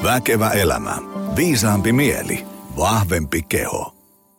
Väkevä elämä. Viisaampi mieli. Vahvempi keho.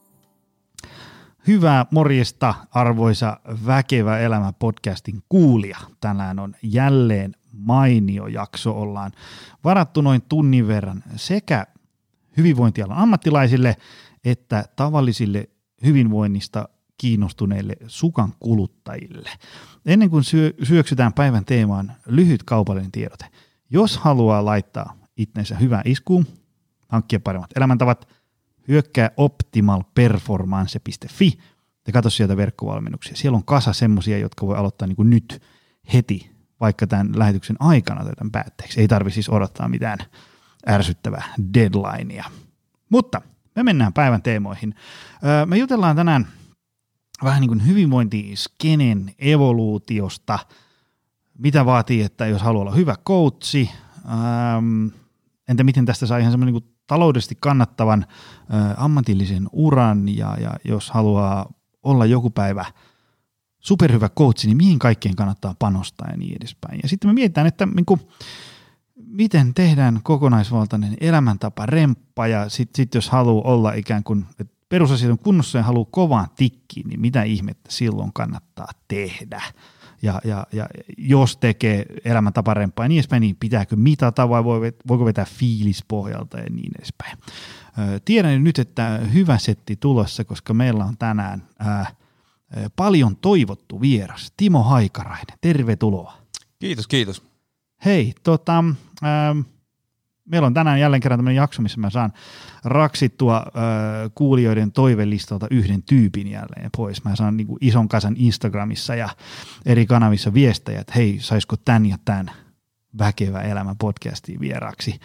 Hyvää morjesta, arvoisa Väkevä elämä podcastin kuulija. Tänään on jälleen mainio jakso. Ollaan varattu noin tunnin verran sekä hyvinvointialan ammattilaisille että tavallisille hyvinvoinnista kiinnostuneille sukan kuluttajille. Ennen kuin syöksytään päivän teemaan, lyhyt kaupallinen tiedote. Jos haluaa laittaa itsensä hyvään iskuun, hankkia paremmat elämäntavat, hyökkää optimalperformance.fi ja katso sieltä verkkovalmennuksia. Siellä on kasa semmosia, jotka voi aloittaa niin kuin nyt heti, vaikka tämän lähetyksen aikana tai tämän päätteeksi. Ei tarvitse siis odottaa mitään ärsyttävää deadlinea. Mutta me mennään päivän teemoihin. Me jutellaan tänään vähän niin kuin hyvinvointiskenen evoluutiosta, mitä vaatii, että jos haluaa olla hyvä coachi, entä miten tästä saa ihan semmoinen niin kuin taloudellisesti kannattavan ammatillisen uran ja jos haluaa olla joku päivä superhyvä coachi, niin mihin kaikkeen kannattaa panostaa ja niin edespäin. Ja sitten me mietitään, että niin kuin, miten tehdään kokonaisvaltainen elämäntapa remppa ja sitten jos haluaa olla ikään kuin, että perusasiat on kunnossa ja haluaa kovaan tikkiin, niin mitä ihmettä silloin kannattaa tehdä. Ja jos tekee elämäntapa remppaa ja niin edespäin, niin pitääkö mitata vai voiko vetää fiilispohjalta ja niin edespäin. Tiedän nyt, että hyvä setti tulossa, koska meillä on tänään paljon toivottu vieras, Timo Haikarainen. Tervetuloa. Kiitos. Hei, meillä on tänään jälleen kerran tämmöinen jakso, missä mä saan raksittua kuulijoiden toivelistalta yhden tyypin jälleen pois. Mä saan niin kuin ison kasan Instagramissa ja eri kanavissa viestejä, että hei, saisiko tän ja tän Väkevä elämä podcastiin vieraksi.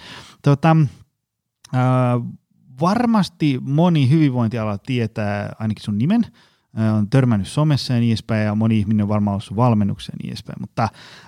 Varmasti moni hyvinvointiala tietää ainakin sun nimen, on törmännyt somessa ja niin edespäin, ja moni ihminen on varmaan ollut sun valmennuksen ja niin edespäin, mutta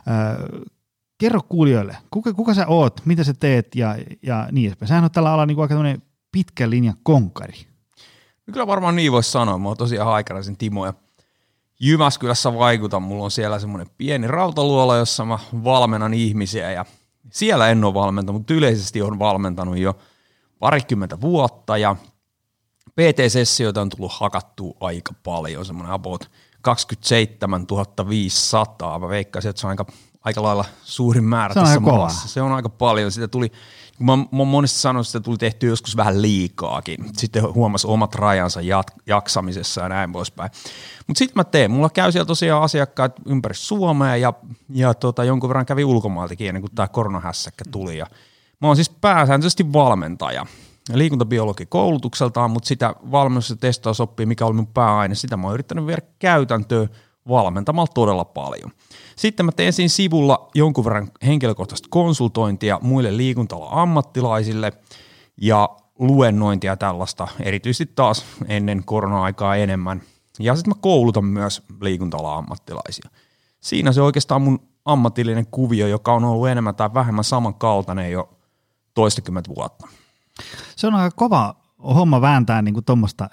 kerro kuulijoille, kuka sä oot, mitä sä teet ja niin edespäin. Sähän on tällä alalla niin aika tämmöinen pitkän linjan konkari. No kyllä varmaan niin voisi sanoa. Mä oon tosiaan Haikaraisen Timo ja Jyväskylässä vaikutan. Mulla on siellä semmoinen pieni rautaluola, jossa mä valmennan ihmisiä ja siellä en ole valmentanut, mutta yleisesti olen valmentanut jo 20 vuotta ja PT-sessioita on tullut hakattua aika paljon, semmoinen about 27 500. Mä veikkaisin, että se on aika lailla suurin määrä tässä maassa. Se on aika paljon. Sitä tuli, kun mä monesti sanonut, että sitä tuli tehty joskus vähän liikaakin. Sitten huomasi omat rajansa jaksamisessa ja näin poispäin. Mutta sitten mulla käy siellä tosiaan asiakkaat ympäri Suomea ja jonkun verran kävi ulkomaaltakin ennen kuin tämä koronahässäkkä tuli. Ja mä oon siis pääsääntöisesti valmentaja. Liikuntabiologi koulutukseltaan, mutta sitä valmennus- ja testausoppia, mikä oli mun pääaine, sitä mä oon yrittänyt viedä käytäntöön valmentamalla todella paljon. Sitten mä teen siinä sivulla jonkun verran henkilökohtaista konsultointia muille liikunta-alan ammattilaisille ja luennointia tällaista, erityisesti taas ennen korona-aikaa enemmän. Ja sitten mä koulutan myös liikunta-alan ammattilaisia. Siinä se oikeastaan mun ammatillinen kuvio, joka on ollut enemmän tai vähemmän samankaltainen jo toistakymmentä vuotta. Se on aika kova homma vääntää niin kuin tuommoista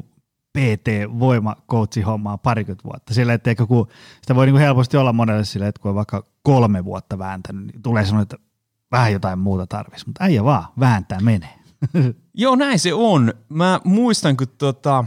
PT-voima-coachin-hommaa 20 vuotta. Sillä, että sitä voi niin kuin helposti olla monelle sillä, että kun on vaikka 3 vuotta vääntänyt, niin tulee sanoa, että vähän jotain muuta tarvitsisi, mutta äijä vaan vääntää menee. Joo, näin se on. Mä muistan, kun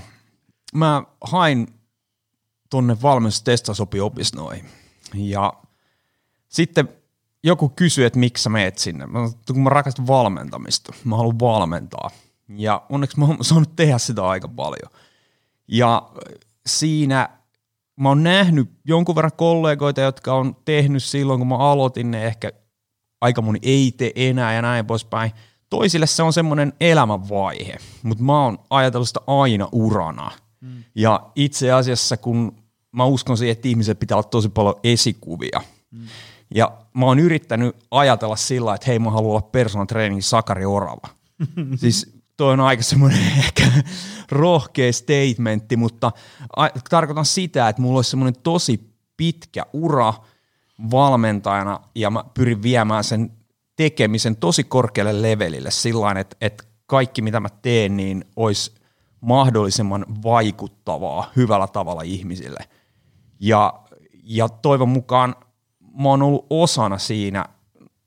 mä hain tonne valmennustestausopiopistoihin ja sitten joku kysyi, että miksi sä meet sinne. Mä sanoin, kun mä rakastan valmentamista, mä haluan valmentaa ja onneksi mä oon saanut tehdä sitä aika paljon. Ja siinä mä oon nähnyt jonkun verran kollegoita, jotka on tehnyt silloin, kun mä aloitin ne, ehkä aika moni ei tee enää ja näin poispäin. Toisille se on semmoinen elämänvaihe, mutta mä oon ajatellut sitä aina urana. Ja itse asiassa, kun mä uskon siihen, että ihmiset pitää olla tosi paljon esikuvia. Ja mä oon yrittänyt ajatella sillä, että hei, mä haluan olla personal training Sakari Orava. Siis toi on aika semmoinen ehkä rohkea statementti, mutta tarkoitan sitä, että mulla olisi semmoinen tosi pitkä ura valmentajana ja mä pyrin viemään sen tekemisen tosi korkealle levelille sillain, että kaikki mitä mä teen, niin olisi mahdollisimman vaikuttavaa hyvällä tavalla ihmisille. Ja toivon mukaan mä oon ollut osana siinä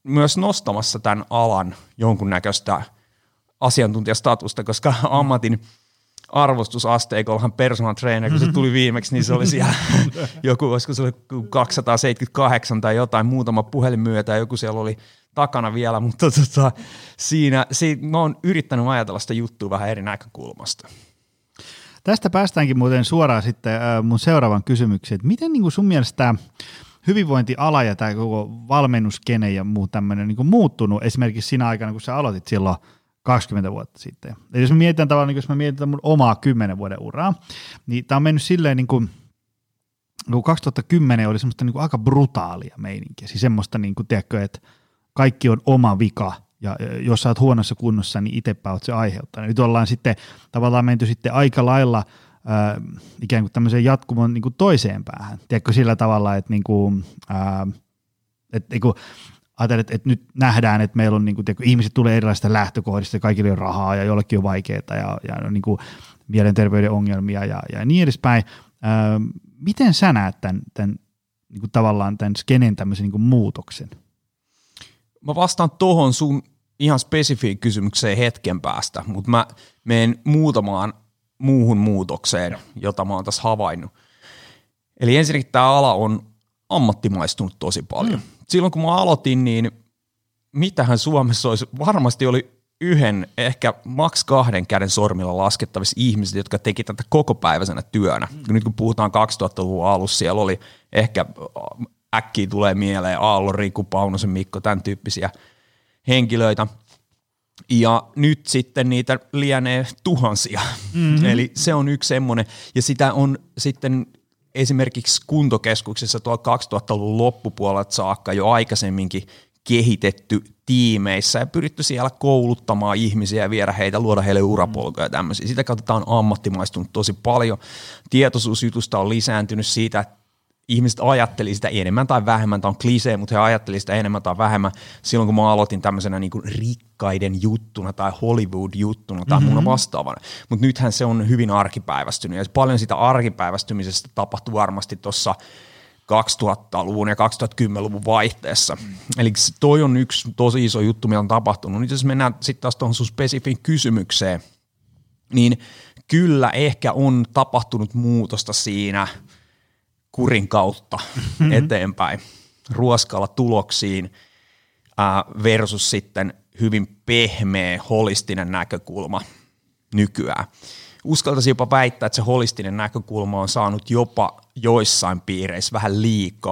myös nostamassa tämän alan jonkunnäköistä asiantuntijastatusta, koska ammatin arvostusasteikollahan personal trainer, kun se tuli viimeksi, niin se oli siellä joku, olisiko se oli 278 tai jotain, muutama puhelinmyyjä tai joku siellä oli takana vielä, mutta siinä mä oon yrittänyt ajatella sitä juttua vähän eri näkökulmasta. Tästä päästäänkin muuten suoraan sitten mun seuraavan kysymykseen, että miten niin kuin sun mielestä hyvinvointiala ja tämä koko valmennuskene ja muu tämmöinen niin kuin muuttunut esimerkiksi siinä aikana, kun sä aloitit silloin 20 vuotta sitten. Eli jos mä mietin tavallaan, niin jos mä mietin mun omaa 10 vuoden uraa, niin tää on mennyt silleen niin kuin 2010 oli semmoista niin kuin aika brutaalia meininkiä. Siis semmoista, niin kuin, tiedätkö, että kaikki on oma vika ja jos sä oot huonossa kunnossa, niin itsepä oot se aiheuttanut. Nyt ollaan sitten tavallaan menty sitten aika lailla ikään kuin tämmöiseen jatkumon niin kuin toiseen päähän. Tiedätkö sillä tavalla, että niin kuin, ajatellaan, että nyt nähdään, että meillä on niin kuin, tiedätkö, ihmiset tulee erilaisista lähtökohdista, kaikille on rahaa ja jollekin on vaikeaa ja niin kuin mielenterveyden ongelmia ja niin edespäin. Miten sä näet tämän niin kuin tavallaan tämän skenen tämmöisen niin kuin muutoksen? Mä vastaan tohon sun ihan spesifiin kysymykseen hetken päästä, mutta mä menen muutamaan muuhun muutokseen, jota mä oon tässä havainnut. Eli ensinnäkin tämä ala on ammattimaistunut tosi paljon. Silloin kun mä aloitin, niin mitähän Suomessa olisi, varmasti oli yhden, ehkä maks 2 käden sormilla laskettavissa ihmiset, jotka teki tätä kokopäiväisenä työnä. Nyt kun puhutaan 2000-luvun alussa, siellä oli ehkä äkkiä tulee mieleen Aallon, Riku, Paunosen, Mikko, tämän tyyppisiä henkilöitä. Ja nyt sitten niitä lienee tuhansia. Mm-hmm. Eli se on yksi semmoinen. Ja sitä on sitten esimerkiksi kuntokeskuksessa tuolla 2000-luvun loppupuolelta saakka jo aikaisemminkin kehitetty tiimeissä ja pyritty siellä kouluttamaan ihmisiä ja viedä heitä, luoda heille urapolkuja ja tämmöisiä. Sitä kautta tämä on ammattimaistunut tosi paljon. Tietoisuus jutusta on lisääntynyt siitä, että ihmiset ajatteli sitä enemmän tai vähemmän, tämä on klisee, mutta he ajatteli sitä enemmän tai vähemmän silloin, kun mä aloitin tämmöisenä niin kuin rikkaiden juttuna tai Hollywood-juttuna tai muuna vastaavana. Mutta nythän se on hyvin arkipäivästynyt ja paljon sitä arkipäivästymisestä tapahtui varmasti tuossa 2000-luvun ja 2010-luvun vaihteessa. Eli toi on yksi tosi iso juttu, mitä on tapahtunut. Nyt jos mennään sitten taas tuohon sun spesifiin kysymykseen, niin kyllä ehkä on tapahtunut muutosta siinä kurin kautta eteenpäin, ruoskalla tuloksiin versus sitten hyvin pehmeä, holistinen näkökulma nykyään. Uskaltaisin jopa väittää, että se holistinen näkökulma on saanut jopa joissain piireissä vähän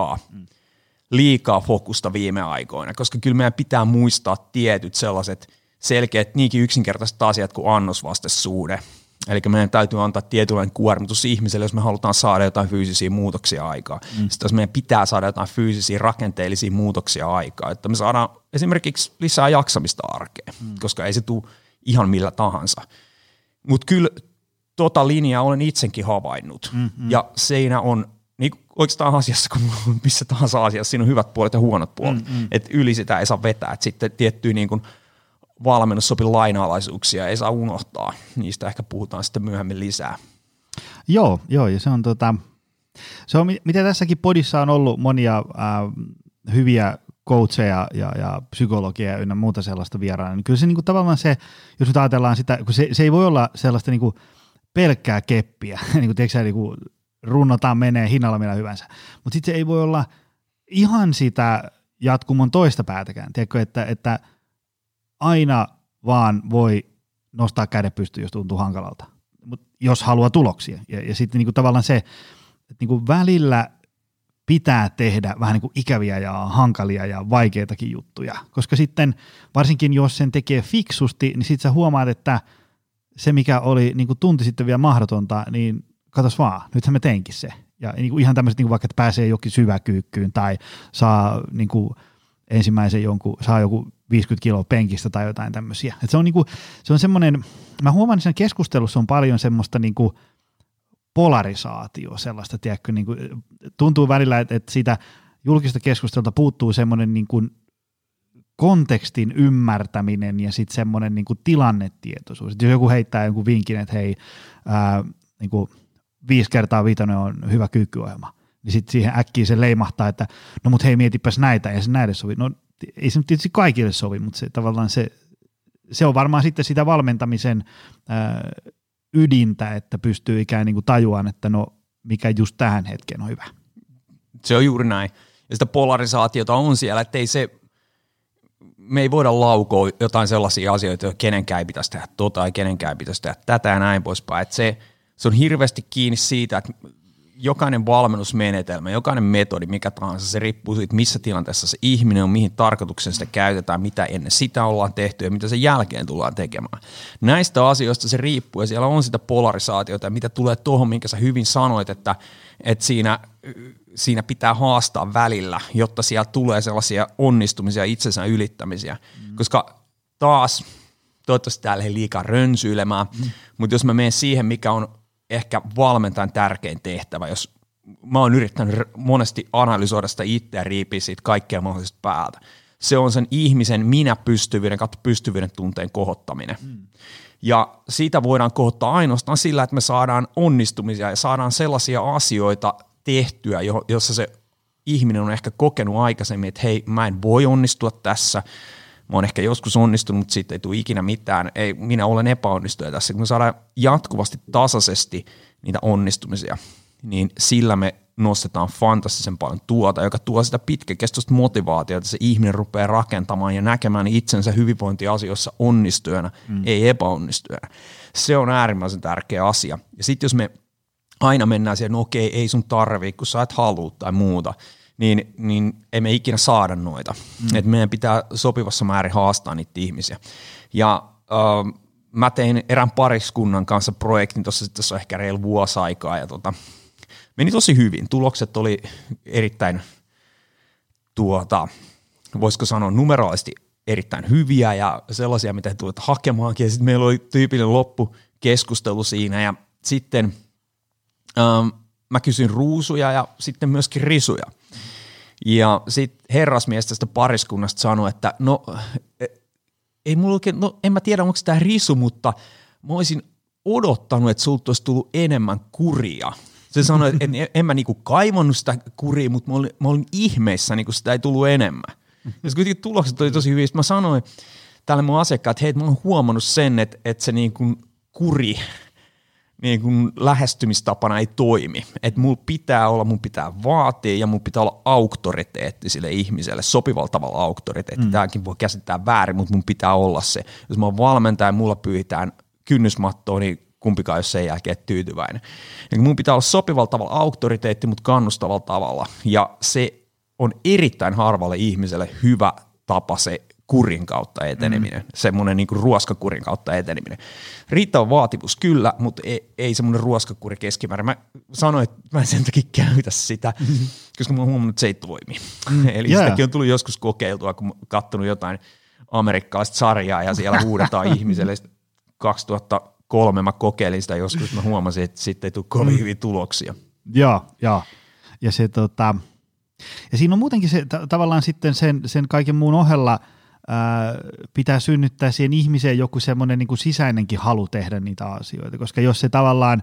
liikaa fokusta viime aikoina, koska kyllä meidän pitää muistaa tietyt sellaiset selkeät, niinkin yksinkertaiset asiat kuin annosvastesuhde. Eli meidän täytyy antaa tietynlainen kuormitus ihmiselle, jos me halutaan saada jotain fyysisiä muutoksia aikaa. Sitten jos meidän pitää saada jotain fyysisiä rakenteellisia muutoksia aikaa, että me saadaan esimerkiksi lisää jaksamista arkeen, koska ei se tule ihan millä tahansa. Mutta kyllä tota linjaa olen itsekin havainnut. Ja siinä on niin oikeastaan asiassa, kun missä tahansa asiassa, siinä on hyvät puolet ja huonot puolet. Että yli sitä ei saa vetää. Et sitten tiettyjä niin kuin valmennussopin lainalaisuuksia ei saa unohtaa. Niistä ehkä puhutaan sitten myöhemmin lisää. Joo, ja se on mitä tässäkin podissa on ollut monia hyviä coacheja ja psykologia ynnä muuta sellaista vieraana, niin kyllä se niinku tavallaan se, jos nyt ajatellaan sitä, kun se ei voi olla sellaista niinku pelkkää keppiä, niin kuin runnotaan menee hinnalla millä hyvänsä, mutta sitten se ei voi olla ihan sitä jatkumon toista päätäkään, tiedätkö, että aina vaan voi nostaa käden pystyyn, jos tuntuu hankalalta, mutta jos haluaa tuloksia. Ja sitten niinku tavallaan se, että niinku välillä pitää tehdä vähän niinku ikäviä ja hankalia ja vaikeitakin juttuja, koska sitten varsinkin jos sen tekee fiksusti, niin sitten sä huomaat, että se mikä oli niinku tunti sitten vielä mahdotonta, niin katos vaan, nythän mä teinkin se. Ja niinku ihan tämmöiset niinku vaikka, että pääsee jokin syväkyykkyyn tai saa niinku ensimmäisen saa joku 50 kiloa penkistä tai jotain tämmöisiä. Et se on semmoinen, mä huomaan, että siinä keskustelussa on paljon semmoista niinku polarisaatio sellaista, tiedätkö, niinku, tuntuu välillä, että siitä julkista keskustelulta puuttuu semmoinen niinku kontekstin ymmärtäminen ja sitten semmoinen niinku tilannetietoisuus. Et jos joku heittää jonkun vinkin, että hei, niinku 5 × 5 on hyvä kyykkyohjelma, niin sitten siihen äkkiä se leimahtaa, että no mut hei, mietipäs näitä, ja se näille sovi. No ei se nyt tietysti kaikille sovi, mutta se tavallaan se on varmaan sitten sitä valmentamisen ydintä, että pystyy ikään niin kuin tajuaan, että no mikä just tähän hetkeen on hyvä. Se on juuri näin. Ja sitä polarisaatiota on siellä, että me ei voida laukoa jotain sellaisia asioita, joita kenenkään ei pitäisi tehdä ja kenenkään ei pitäisi tehdä tätä ja näin poispäin. Että se on hirveästi kiinni siitä, että jokainen valmennusmenetelmä, jokainen metodi, mikä tahansa, se riippuu siitä, missä tilanteessa se ihminen on, mihin tarkoitukseen sitä käytetään, mitä ennen sitä ollaan tehty ja mitä sen jälkeen tullaan tekemään. Näistä asioista se riippuu ja siellä on sitä polarisaatiota ja mitä tulee tuohon, minkä sä hyvin sanoit, että siinä pitää haastaa välillä, jotta siellä tulee sellaisia onnistumisia, itsensä ylittämisiä, koska taas, toivottavasti täällä ei liikaa rönsyilemään, mutta jos mä menen siihen, mikä on ehkä valmentajan tärkein tehtävä, jos mä oon yrittänyt monesti analysoida sitä itseä ja riipiä siitä kaikkea mahdollisesta päältä. Se on sen ihmisen pystyvyyden tunteen kohottaminen. Ja siitä voidaan kohottaa ainoastaan sillä, että me saadaan onnistumisia ja saadaan sellaisia asioita tehtyä, jossa se ihminen on ehkä kokenut aikaisemmin, että hei, mä en voi onnistua tässä. Mä oon ehkä joskus onnistunut, mutta siitä ei tule ikinä mitään. Ei, minä olen epäonnistuja tässä. Kun me saadaan jatkuvasti tasaisesti niitä onnistumisia, niin sillä me nostetaan fantastisen paljon joka tuo sitä pitkäkestoista motivaatiota, että se ihminen rupeaa rakentamaan ja näkemään itsensä hyvinvointiasioissa onnistujana, ei epäonnistujana. Se on äärimmäisen tärkeä asia. Ja sitten jos me aina mennään siihen, no okei, ei sun tarvii, kun sä et halua tai muuta, niin ei me ikinä saada noita. Et meidän pitää sopivassa määrin haastaa niitä ihmisiä. Ja mä tein erään pariskunnan kanssa projektin, tuossa on ehkä reilu vuosi aikaa, ja meni tosi hyvin. Tulokset oli erittäin, voisiko sanoa numeraalisesti erittäin hyviä ja sellaisia, mitä he tulivat hakemaankin. Ja sitten meillä oli tyypillinen loppukeskustelu siinä, ja sitten mä kysyin ruusuja ja sitten myöskin risuja. Ja sitten herrasmies tästä pariskunnasta sanoi, että no ei mulla oikein, no en mä tiedä onko tämä risu, mutta mä olisin odottanut, että sulta olisi tullut enemmän kuria. Se sanoi, että en mä niinku kaivannut sitä kuria, mutta mä olin ihmeissäni, kun sitä ei tullut enemmän. Ja kuitenkin tulokset oli tosi hyviä. Sitten mä sanoin tälle mun asiakkaalle, että hei, mä oon huomannut sen, että se niinku kuri niin kuin lähestymistapana ei toimi. Että mun pitää vaatia ja mun pitää olla auktoriteetti sille ihmiselle, sopivalla tavalla auktoriteetti. Tämäkin voi käsittää väärin, mutta mun pitää olla se. Jos mä oon valmentaja ja mulla pyyhitään kynnysmattoa, niin kumpikaan ei ole sen jälkeen tyytyväinen. Ja mun pitää olla sopivalla tavalla auktoriteetti, mutta kannustavalla tavalla. Ja se on erittäin harvalle ihmiselle hyvä tapa se kurin kautta eteneminen, semmoinen niin kuin ruoskakurin kautta eteneminen. Riittävä vaativuus kyllä, mutta ei semmoinen ruoskakuri keskimäärin. Mä sanoin, että mä en sen takia käytä sitä, koska mä oon huomannut, että se ei toimi. Eli sitäkin on tullut joskus kokeiltua, kun mä oon katsonut jotain amerikkalaista sarjaa ja siellä huudetaan ihmiselle. 2003 mä kokeilin sitä joskus, mä huomasin, että sitten ei tule kovin hyviä tuloksia. Joo. Ja se ja siinä on muutenkin se tavallaan sitten sen kaiken muun ohella pitää synnyttää siihen ihmiseen joku semmoinen niin kuin sisäinenkin halu tehdä niitä asioita, koska jos se tavallaan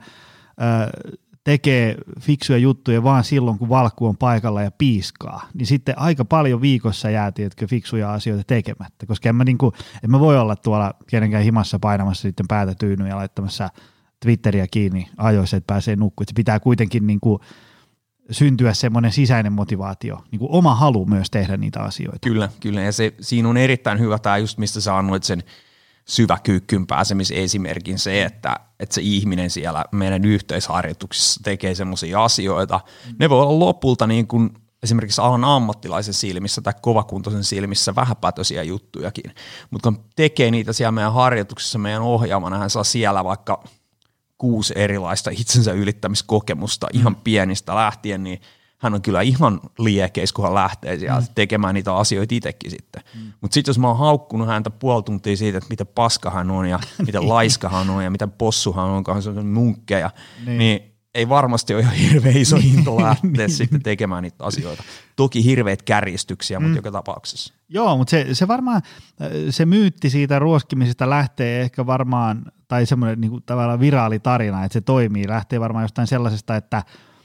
tekee fiksuja juttuja vaan silloin, kun valkku on paikalla ja piiskaa, niin sitten aika paljon viikossa jää fiksuja asioita tekemättä, koska en mä voi olla tuolla kenenkään himassa painamassa sitten päätä tyynyä ja laittamassa Twitteriä kiinni ajoissa, että pääsee nukkumaan. Se pitää kuitenkin niin kuin syntyä semmoinen sisäinen motivaatio, niin kuin oma halu myös tehdä niitä asioita. Kyllä, ja siinä on erittäin hyvä tämä just, mistä sä annoit sen syväkyykkyyn pääsemisesimerkin, se, että se ihminen siellä meidän yhteisharjoituksissa tekee semmoisia asioita. Ne voi olla lopulta niin kuin esimerkiksi alan ammattilaisen silmissä tai kovakuntoisen silmissä vähäpätöisiä juttujakin, mutta kun tekee niitä siellä meidän harjoituksissa, meidän ohjaamana, hän saa siellä vaikka 6 erilaista itsensä ylittämiskokemusta ihan pienistä lähtien, niin hän on kyllä ihan liekeissä, kun hän lähtee sieltä tekemään niitä asioita itsekin sitten. Mutta sitten jos mä oon haukkunut häntä puoli tuntia siitä, että miten paska hän on ja miten laiska hän on ja miten possu hän on, kun hän on munkkeja, niin ei varmasti ole ihan hirveän iso into lähteä sitten tekemään niitä asioita. Toki hirveät kärjistyksiä, mutta joka tapauksessa. Joo, mutta se varmaan, se myytti siitä ruoskimisesta lähtee ehkä varmaan, tai semmoinen niin kuin tavallaan viraali tarina, että se toimii, lähtee varmaan jostain sellaisesta, että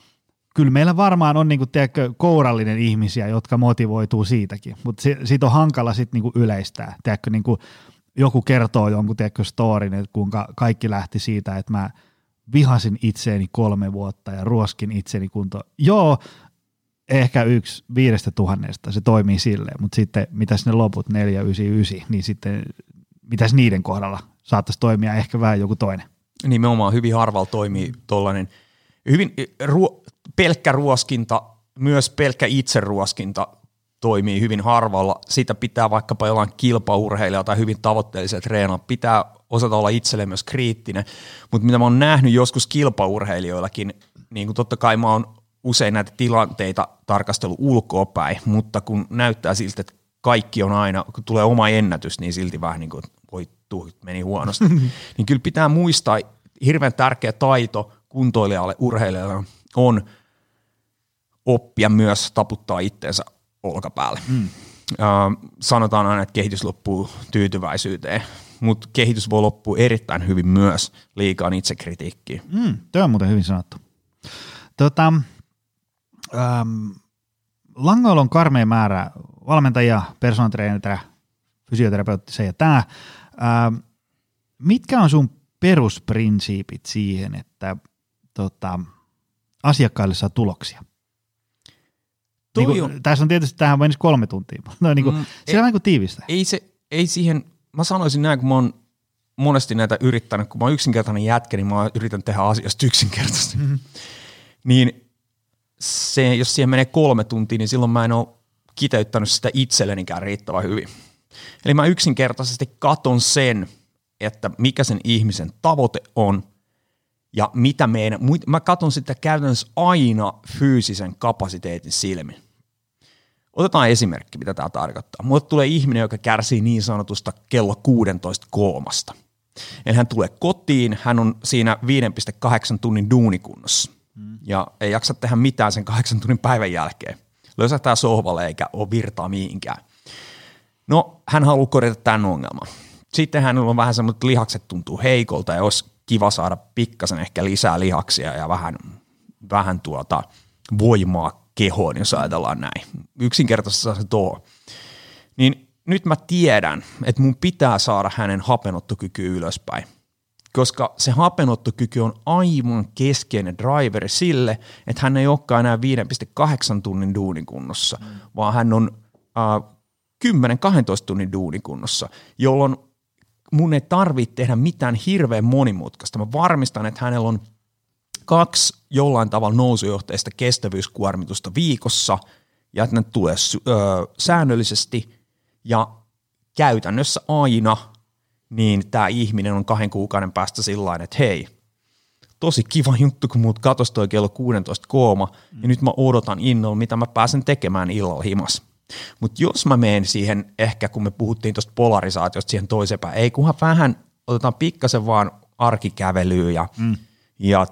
kyllä meillä varmaan on niinku, tiedätkö, kourallinen ihmisiä, jotka motivoituu siitäkin, mutta siitä on hankala sitten niinku yleistää. Tiedätkö, niinku, joku kertoo jonkun storin, että kuinka kaikki lähti siitä, että mä vihasin itseeni 3 vuotta ja ruoskin itseni kuntoon. Joo, ehkä 1 5,000 se toimii silleen, mutta sitten mitäs ne loput 499, niin sitten mitäs niiden kohdalla saattaisi toimia ehkä vähän joku toinen. Nimenomaan hyvin harvalla toimii tollainen hyvin pelkkä ruoskinta, myös pelkkä itseruoskinta toimii hyvin harvalla. Sitä pitää vaikkapa jollain kilpaurheilija tai hyvin tavoitteellisella treenaa. Pitää osata olla itselleen myös kriittinen. Mutta mitä mä oon nähnyt joskus kilpaurheilijoillakin, niin kuin totta kai mä oon usein näitä tilanteita tarkastellut ulkoapäin, mutta kun näyttää siltä, että kaikki on aina, kun tulee oma ennätys, niin silti vähän niin kuin, voi meni huonosti. Niin kyllä pitää muistaa, hirveän tärkeä taito kuntoilijalle, urheilijalle on oppia myös taputtaa itteensä olkapäälle. Sanotaan aina, että kehitys loppuu tyytyväisyyteen, mutta kehitys voi loppua erittäin hyvin myös liikaan itsekritiikkiin. Tuo on muuten hyvin sanottu. Langoilla on karmea määrä valmentajia, personal-trainereita, fysioterapeutti, se ja tämä. Mitkä on sun perusprinsiipit siihen, että asiakkaille saa tuloksia? Tässä on tietysti tähän vain 3 tuntia, mutta no, se on niin tiivistä. Ei siihen, mä sanoisin näin, kun mä oon monesti näitä yrittänyt, kun mä oon yksinkertainen jätkä, niin mä yritän tehdä asiasta yksinkertaisesti. Niin jos siihen menee 3 tuntia, niin silloin mä en ole kiteyttänyt sitä itsellenikään riittävän hyvin. Eli mä yksinkertaisesti katon sen, että mikä sen ihmisen tavoite on ja mitä mä katon sitä käytännössä aina fyysisen kapasiteetin silmin. Otetaan esimerkki, mitä tämä tarkoittaa. Mulle tulee ihminen, joka kärsii niin sanotusta kello 16 koomasta. Eli hän tulee kotiin, hän on siinä 5,8 tunnin duunikunnossa ja ei jaksa tehdä mitään sen 8 tunnin päivän jälkeen. Lösähtää sohvalle eikä ole virtaa mihinkään. No, hän haluaa korjata tämän ongelman. Sitten hänellä on vähän semmoinen, että lihakset tuntuu heikolta ja olisi kiva saada pikkasen ehkä lisää lihaksia ja vähän voimaa kehoon, jos ajatellaan näin. Yksinkertaisesti se tuo. Niin nyt mä tiedän, että mun pitää saada hänen hapenottokyky ylöspäin, koska se hapenottokyky on aivan keskeinen driveri sille, että hän ei olekaan enää 5,8 tunnin duunikunnossa, vaan hän on 10-12 tunnin duunikunnossa, jolloin mun ei tarvitse tehdä mitään hirveän monimutkaista. Mä varmistan, että hänellä on 2 jollain tavalla nousujohteista kestävyyskuormitusta viikossa ja että ne tulee säännöllisesti ja käytännössä aina niin tämä ihminen on 2 kuukauden päästä sillain, että hei, tosi kiva juttu, kun muut katosi toi kello 16 kooma ja nyt mä odotan innolla, mitä mä pääsen tekemään illalla himas. Mutta jos mä menen siihen, ehkä kun me puhuttiin tuosta polarisaatiosta siihen toiseenpäin, ei kunhan vähän otetaan pikkasen vaan arkikävelyä ja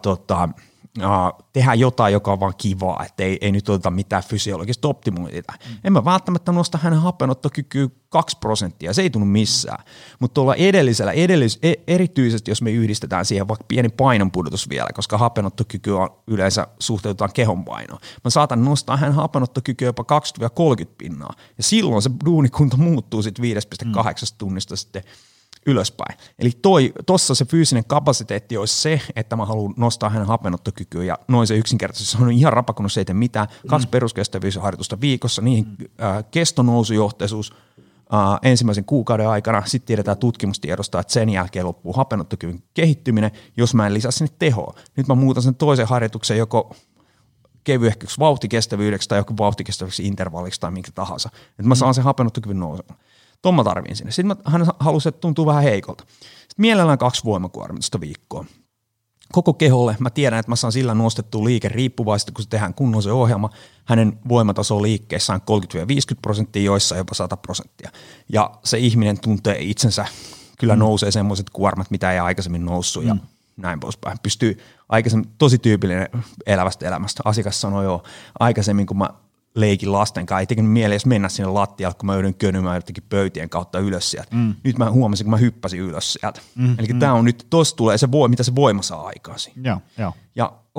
tehdään jotain, joka on vaan kivaa, että ei nyt oteta mitään fysiologista optimointia. En mä välttämättä nosta hänen hapenottokykyä 2%, se ei tunnu missään. Mutta tuolla erityisesti, jos me yhdistetään siihen vaikka pieni painonpudotus vielä, koska hapenottokyky on yleensä suhteutetaan kehonpainoon. Mä saatan nostaa hänen hapenottokykyä jopa 20-30%, ja silloin se duunikunta muuttuu sitten 5,8 tunnista sitten ylöspäin. Eli tossa se fyysinen kapasiteetti olisi se, että mä haluan nostaa hänen hapenottokykyä ja noin se yksinkertaisesti. Se on ihan rapakunnossa, ei tee mitään. 2 peruskestävyysharjoitusta viikossa, niihin kestonousujohteisuus ensimmäisen kuukauden aikana. Sitten tiedetään tutkimustiedosta, että sen jälkeen loppuu hapenottokyvyn kehittyminen, jos mä en lisää sinne tehoa. Nyt mä muutan sen toisen harjoituksen joko kevyeksi vauhtikestävyydeksi tai joku vauhtikestävyydeksi intervalliksi tai minkä tahansa. Että mä saan sen hapenottokyvyn nousemaan. Tuon mä tarviin sinne. Sitten hän halusi, että tuntuu vähän heikolta. Sitten mielellään 2 voimakuormitusta viikkoon. Koko keholle mä tiedän, että mä saan sillä nostettua liikeriippuvaista, kun se tehdään kunnon se ohjelma. Hänen voimataso liikkeessä on 30-50%, joissa jopa 100%. Ja se ihminen tuntee itsensä, kyllä nousee semmoiset kuormat, mitä ei aikaisemmin noussut ja näin poispäin. Pystyy aikaisemmin, tosi tyypillinen elävästä elämästä. Asiakas sanoi jo aikaisemmin, kun mä leikin lasten kanssa, ei tekenyt mieleen edes mennä sinne lattialle, kun mä joudun könymään jotenkin pöytien kautta ylös sieltä. Nyt mä huomasin, kun mä hyppäsin ylös sieltä. Eli tää on nyt, tossa tulee se mitä se voima saa aikaan siinä. Joo. Ja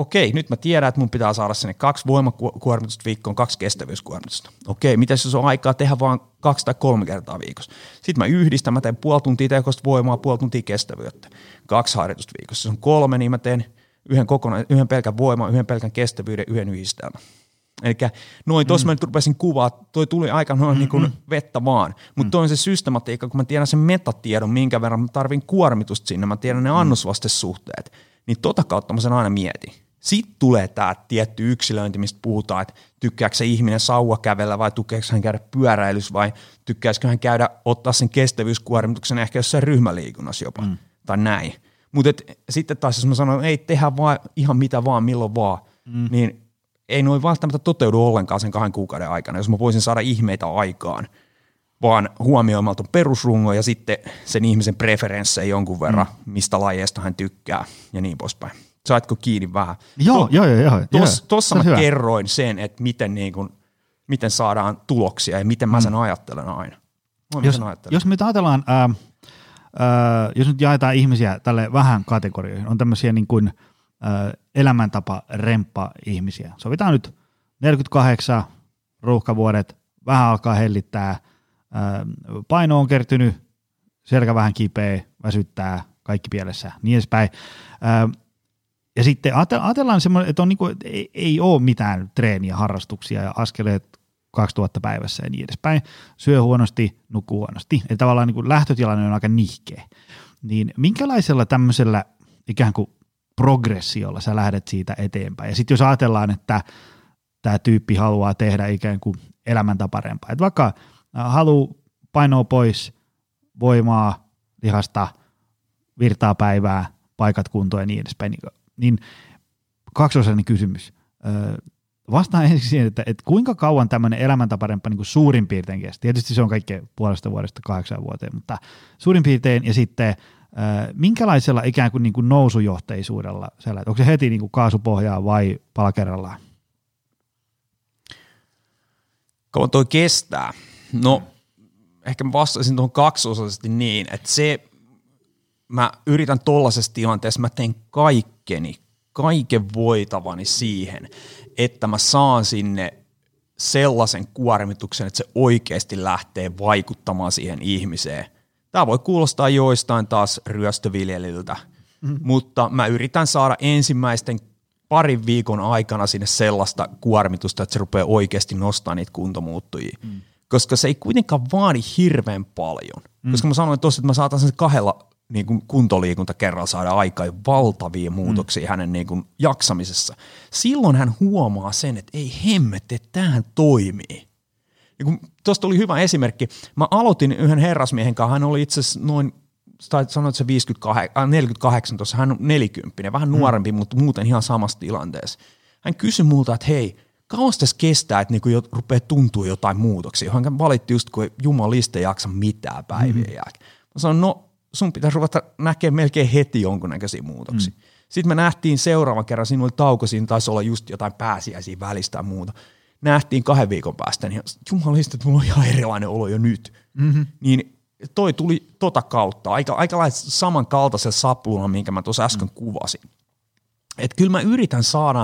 okei, nyt mä tiedän, että mun pitää saada sinne 2 voimakuormitusta viikkoon, 2 kestävyyskuormitusta. Okei, mitä jos on aikaa tehdä vaan 2 tai 3 kertaa viikossa? Sitten mä yhdistän, mä teen puoli tuntia tekosta voimaa, puoli tuntia kestävyyttä. 2 harjoitusta viikossa. Se on 3, niin mä teen yhden pelkän voimaa, yhden pelkän kestävyyden, yhden yhdistelmän. Eli noin, tuossa mä nyt rupesin kuvaa, toi tuli aika noin niin kuin vettä vaan, mutta toi on se systematiikka, kun mä tiedän sen metatiedon, minkä verran mä tarvin kuormitusta sinne, mä tiedän ne annosvastesuhteet, niin tota kautta mä sen aina mietin. Sitten tulee tämä tietty yksilöinti, mistä puhutaan, että tykkääkö se ihminen sauvakävellä vai tykkääkö hän käydä pyöräilyssä vai tykkääkö hän käydä ottaa sen kestävyyskuormituksen ehkä jossain ryhmäliikunnassa jopa tai näin. Mutta sitten taas jos mä sanon, että ei tehdä vaan ihan mitä vaan, milloin vaan, niin ei noin välttämättä toteudu ollenkaan sen 2 kuukauden aikana, jos mä voisin saada ihmeitä aikaan, vaan huomioimaan tuon perusrungon ja sitten sen ihmisen preferenssejä jonkun verran, mistä lajeista hän tykkää ja niin poispäin. Saatko kiinni vähän? Joo. Tuossa mä kerroin sen, että miten saadaan tuloksia ja miten mä sen ajattelen aina. Jos me ajatellaan, jos nyt jaetaan ihmisiä tälle vähän kategorioihin, on tämmöisiä niin kuin elämäntapa remppa-ihmisiä. Sovitaan nyt 48, ruuhkavuodet, vähän alkaa hellittää, paino on kertynyt, selkä vähän kipeä, väsyttää, kaikki pielessä, niin edespäin. Ja sitten ajatellaan semmoinen, että on niin kuin, ei ole mitään treeniä, harrastuksia ja askeleet 2000 päivässä ja niin edespäin. Syö huonosti, nukkuu huonosti. Eli tavallaan niin kuin lähtötilanne on aika nihkeä. Niin minkälaisella tämmöisellä ikään kuin progressiolla sä lähdet siitä eteenpäin? Ja sitten jos ajatellaan, että tämä tyyppi haluaa tehdä ikään kuin elämäntaparempaa, että vaikka haluaa painoa pois, voimaa, lihasta, virtaa päivää, paikat kuntoon ja niin edespäin, niin kaksiosainen kysymys. Vastaan ensin siihen, että kuinka kauan tämmöinen elämäntaparempaa niin kuin suurin piirtein kestää. Tietysti se on kaikkea puolesta vuodesta 8 vuoteen, mutta suurin piirtein ja sitten minkälaisella ikään kuin, nousujohteisuudella sä lähdet? Onko se heti niin kuin kaasupohjaa vai pala kerrallaan? Kauan toi kestää? No ehkä mä vastaisin tuohon kaksiosaisesti niin, että mä yritän tollaisessa tilanteessa, mä teen kaiken voitavani siihen, että mä saan sinne sellaisen kuormituksen, että se oikeasti lähtee vaikuttamaan siihen ihmiseen. Tämä voi kuulostaa joistain taas ryöstöviljelyltä, mutta mä yritän saada ensimmäisten 2 viikon aikana sinne sellaista kuormitusta, että se rupeaa oikeasti nostamaan niitä kuntomuuttujia. Koska se ei kuitenkaan vaadi hirveän paljon. Koska mä sanoin tuossa, että mä saatan sen 2 niin kuin kuntoliikunta kerralla saada aikaan valtavia muutoksia hänen niin kuin jaksamisessa. Silloin hän huomaa sen, että ei hemmetti, että tämähän toimii. Tuosta tuli hyvä esimerkki. Mä aloitin yhden herrasmiehen kanssa, hän oli itse asiassa noin, tai sanoit se 48 tuossa, hän on 40, vähän nuorempi, mutta muuten ihan samassa tilanteessa. Hän kysyi multa, että hei, kauan tässä kestää, että niinku rupeaa tuntua jotain muutoksia. Hän valitti just, kun jumalista ei jaksa mitään päivien jälkeen. Mä sanoin, no sun pitäisi ruveta näkemään melkein heti jonkunnäköisiä muutoksia. Sitten me nähtiin seuraavan kerran, siinä oli tauko, siinä taisi olla just jotain pääsiäisiä välistä ja muuta. Nähtiin 2 viikon päästä, niin jumalista, että mulla on ihan erilainen olo jo nyt. Niin toi tuli tota kautta, aika lailla samankaltaisen sapluuna, minkä mä tuossa äsken kuvasin. Että kyllä mä yritän saada,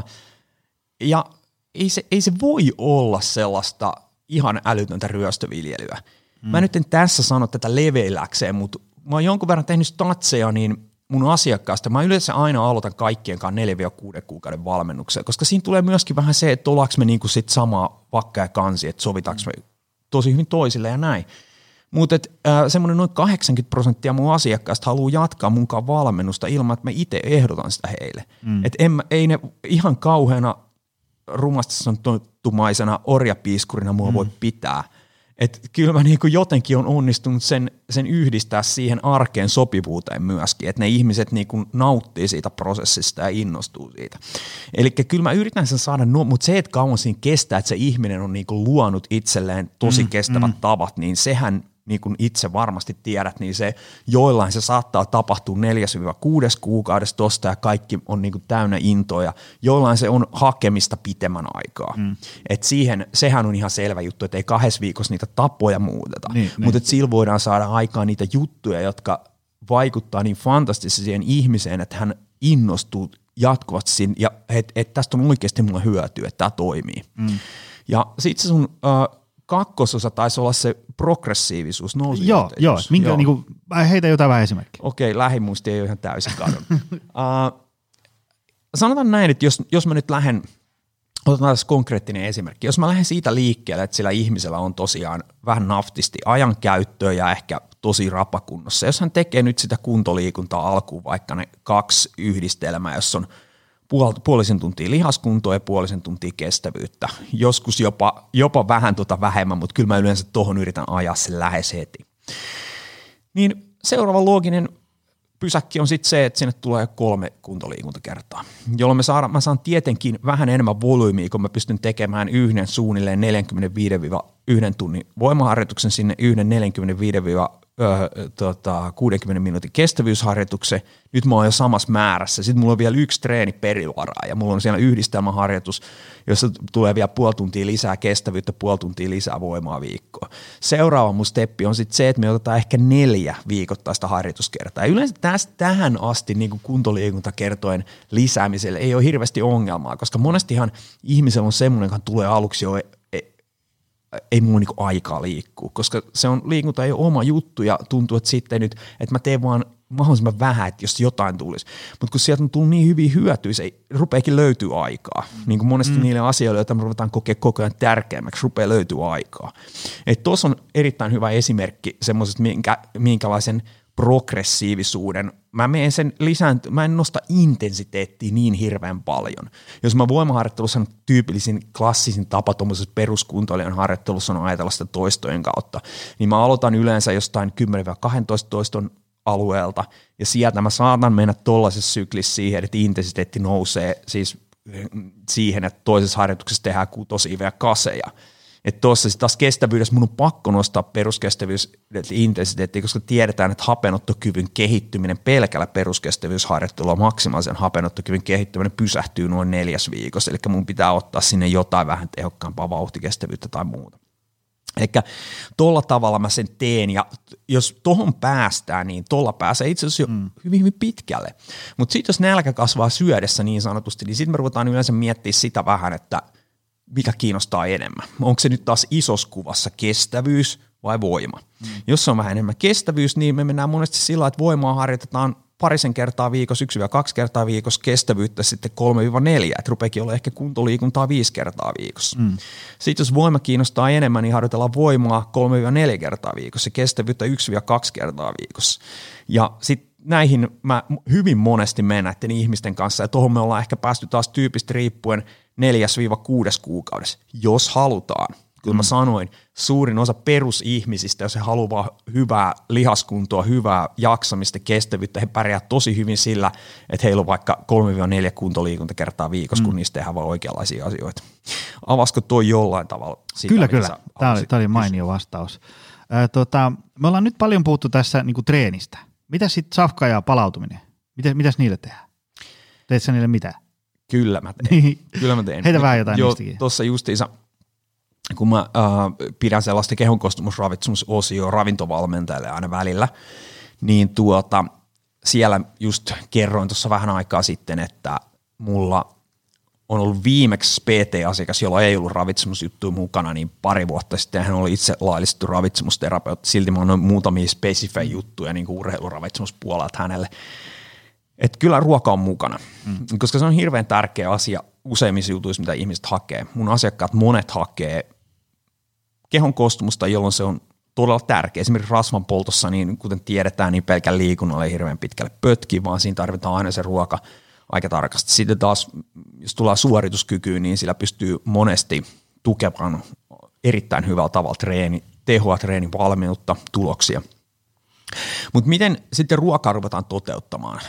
ja ei se voi olla sellaista ihan älytöntä ryöstöviljelyä. Mä nyt en tässä sano tätä leveilläkseen, mutta mä oon jonkun verran tehnyt statseja, niin mun asiakkaasta, mä yleensä aina aloitan kaikkien kanssa 4-6 kuukauden valmennuksia, koska siinä tulee myöskin vähän se, että ollaanko me niinku sit samaa vakka ja kansi, että sovitaanko me tosi hyvin toisille ja näin. Mutta semmoinen noin 80% mun asiakkaista haluaa jatkaa munkaan valmennusta ilman, että mä itse ehdotan sitä heille. Että ei ne ihan kauheana rumasti sanottumaisena orjapiiskurina mua voi pitää. Että kyllä mä niinku jotenkin on onnistunut sen yhdistää siihen arkeen sopivuuteen myöskin, että ne ihmiset niinku nauttii siitä prosessista ja innostuu siitä. Eli kyllä mä yritän sen saada, mutta se, että kauan siinä kestää, että se ihminen on niinku luonut itselleen tosi kestävät tavat, niin sehän niin kuin itse varmasti tiedät, niin se joillain se saattaa tapahtua 4-6 kuukaudessa tosta ja kaikki on niin kuin täynnä intoa ja joillain se on hakemista pitemmän aikaa. Et sehän on ihan selvä juttu, että ei 2 viikossa niitä tapoja muuteta, mutta sillä voidaan saada aikaan niitä juttuja, jotka vaikuttaa niin fantastisesti siihen ihmiseen, että hän innostuu jatkuvasti siinä, ja että tästä on oikeasti mulle hyötyä, että tämä toimii. Ja sitten se sun kakkososa taisi olla se progressiivisuus, nousujähteisyys. Joo. Minkä, niin kuin, heitä jotain vähän esimerkkiä. Okei, lähimuisti ei ole ihan täysin kadonnut. Sanotaan näin, että jos mä nyt lähden, otetaan tässä konkreettinen esimerkki, jos mä lähden siitä liikkeelle, että sillä ihmisellä on tosiaan vähän naftisti ajankäyttöä ja ehkä tosi rapakunnossa, jos hän tekee nyt sitä kuntoliikuntaa alkuun, vaikka ne 2 yhdistelmää, jos on puolisen tuntia lihaskuntoa ja puolisen tuntia kestävyyttä, joskus jopa vähän vähemmän, mutta kyllä mä yleensä tohon yritän ajaa sen lähes heti. Niin seuraava looginen pysäkki on sitten se, että sinne tulee 3 kuntoliikuntakertaa, jolloin mä saan tietenkin vähän enemmän volyymiä, kun mä pystyn tekemään yhden suunnilleen 45-1 tunnin voimaharjoituksen sinne yhden 45-60 minuutin kestävyysharjoituksen. Nyt mä oon jo samassa määrässä. Sitten mulla on vielä 1 treeni perivaraa ja mulla on siellä yhdistelmäharjoitus, jossa tulee vielä puoli tuntia lisää kestävyyttä, puoli tuntia lisää voimaa viikkoa. Seuraava mun steppi on sitten se, että me otetaan ehkä 4 viikoittaista harjoituskertaa. Ja yleensä tähän asti niin kuin kuntoliikuntakertojen lisäämiselle ei ole hirveästi ongelmaa, koska monestihan ihmisellä on semmoinen, joka tulee aluksi jo ei mulla niinku aikaa liikkua, koska se on liikunta ei ole oma juttu ja tuntuu, että sitten nyt, että mä teen vaan mahdollisimman vähän, että jos jotain tulisi. Mutta kun sieltä on tullut niin hyviä hyötyjä, se rupeekin löytyy aikaa. Niin kuin monesti niille asioille, joita me ruvetaan kokea koko ajan tärkeämmäksi, rupeaa löytyy aikaa. Että tuossa on erittäin hyvä esimerkki semmoisesta, minkälaisen progressiivisuuden, mä en nosta intensiteettiä niin hirveän paljon. Jos mä voimaharjoittelussa on tyypillisin klassisin tapa tuommoisessa peruskuntoilijan harjoittelussa on ajatella sitä toistojen kautta, niin mä aloitan yleensä jostain 10-12 toiston alueelta, ja sieltä mä saatan mennä tollaisessa syklissä siihen, että intensiteetti nousee siis siihen, että toisessa harjoituksessa tehdään 6 ja kaseja. Että tuossa taas kestävyydessä mun on pakko nostaa peruskestävyysintensiteettiä, koska tiedetään, että hapenottokyvyn kehittyminen pelkällä peruskestävyysharjoittelulla, maksimaalisen hapenottokyvyn kehittyminen pysähtyy noin 4 viikossa, eli mun pitää ottaa sinne jotain vähän tehokkaampaa vauhtikestävyyttä tai muuta. Eli tuolla tavalla mä sen teen, ja jos tohon päästään, niin tuolla pääsee itse asiassa jo hyvin, hyvin pitkälle. Mutta sitten jos nälkä kasvaa syödessä niin sanotusti, niin sitten me ruvetaan yleensä miettimään sitä vähän, että mikä kiinnostaa enemmän. Onko se nyt taas isossa kuvassa kestävyys vai voima? Jos se on vähän enemmän kestävyys, niin me mennään monesti sillä, että voimaa harjoitetaan 2 kertaa viikossa, 1-2 kertaa viikossa, kestävyyttä sitten 3-4, että rupeekin olla ehkä kuntoliikuntaa 5 kertaa viikossa. Sitten jos voima kiinnostaa enemmän, niin harjoitellaan voimaa 3-4 kertaa viikossa, kestävyyttä 1-2 kertaa viikossa. Ja sitten näihin mä hyvin monesti menen näiden ihmisten kanssa, ja tuohon me ollaan ehkä päästy taas tyypistä riippuen 4-6 kuukaudessa, jos halutaan. Kyllä mä sanoin, suurin osa perusihmisistä, jos he haluaa hyvää lihaskuntoa, hyvää jaksamista, kestävyyttä, he pärjää tosi hyvin sillä, että heillä on vaikka 3-4 kuntoliikuntakertaa viikossa, kun niistä tehdään vaan oikeanlaisia asioita. Avasko toi jollain tavalla sitä? Kyllä. Tämä oli mainio vastaus. Me ollaan nyt paljon puhuttu tässä niin kuin treenistä. Mitäs sitten safka ja palautuminen? Mitäs niille tehdään? Teet sä niille mitään? Kyllä mä teen. Heitä vähän jotain niistäkin. Tuossa justiinsa, kun mä pidän sellaista kehonkoostumusravitsemusosioa ravintovalmentajalle aina välillä, niin siellä just kerroin tuossa vähän aikaa sitten, että mulla on ollut viimeksi PT-asiakas, jolla ei ollut ravitsemusjuttuja mukana, niin 2 vuotta sitten hän oli itse laillistettu ravitsemusterapeutti. Silti mä annoin muutamia spesifejä juttuja niin kuin urheiluravitsemuspuolelta hänelle. Että kyllä ruoka on mukana, koska se on hirveän tärkeä asia useimmissa jutuissa, mitä ihmiset hakee. Mun asiakkaat monet hakee kehon koostumusta, jolloin se on todella tärkeä. Esimerkiksi rasvan poltossa, niin kuten tiedetään, niin pelkän liikunnalla ei hirveän pitkälle pötki, vaan siinä tarvitaan aina se ruoka aika tarkasti. Sitten taas, jos tullaan suorituskykyyn, niin sillä pystyy monesti tukemaan erittäin hyvällä tavalla tehoa, treenin valmiutta, tuloksia. Mutta miten sitten ruokaa ruvetaan toteuttamaan?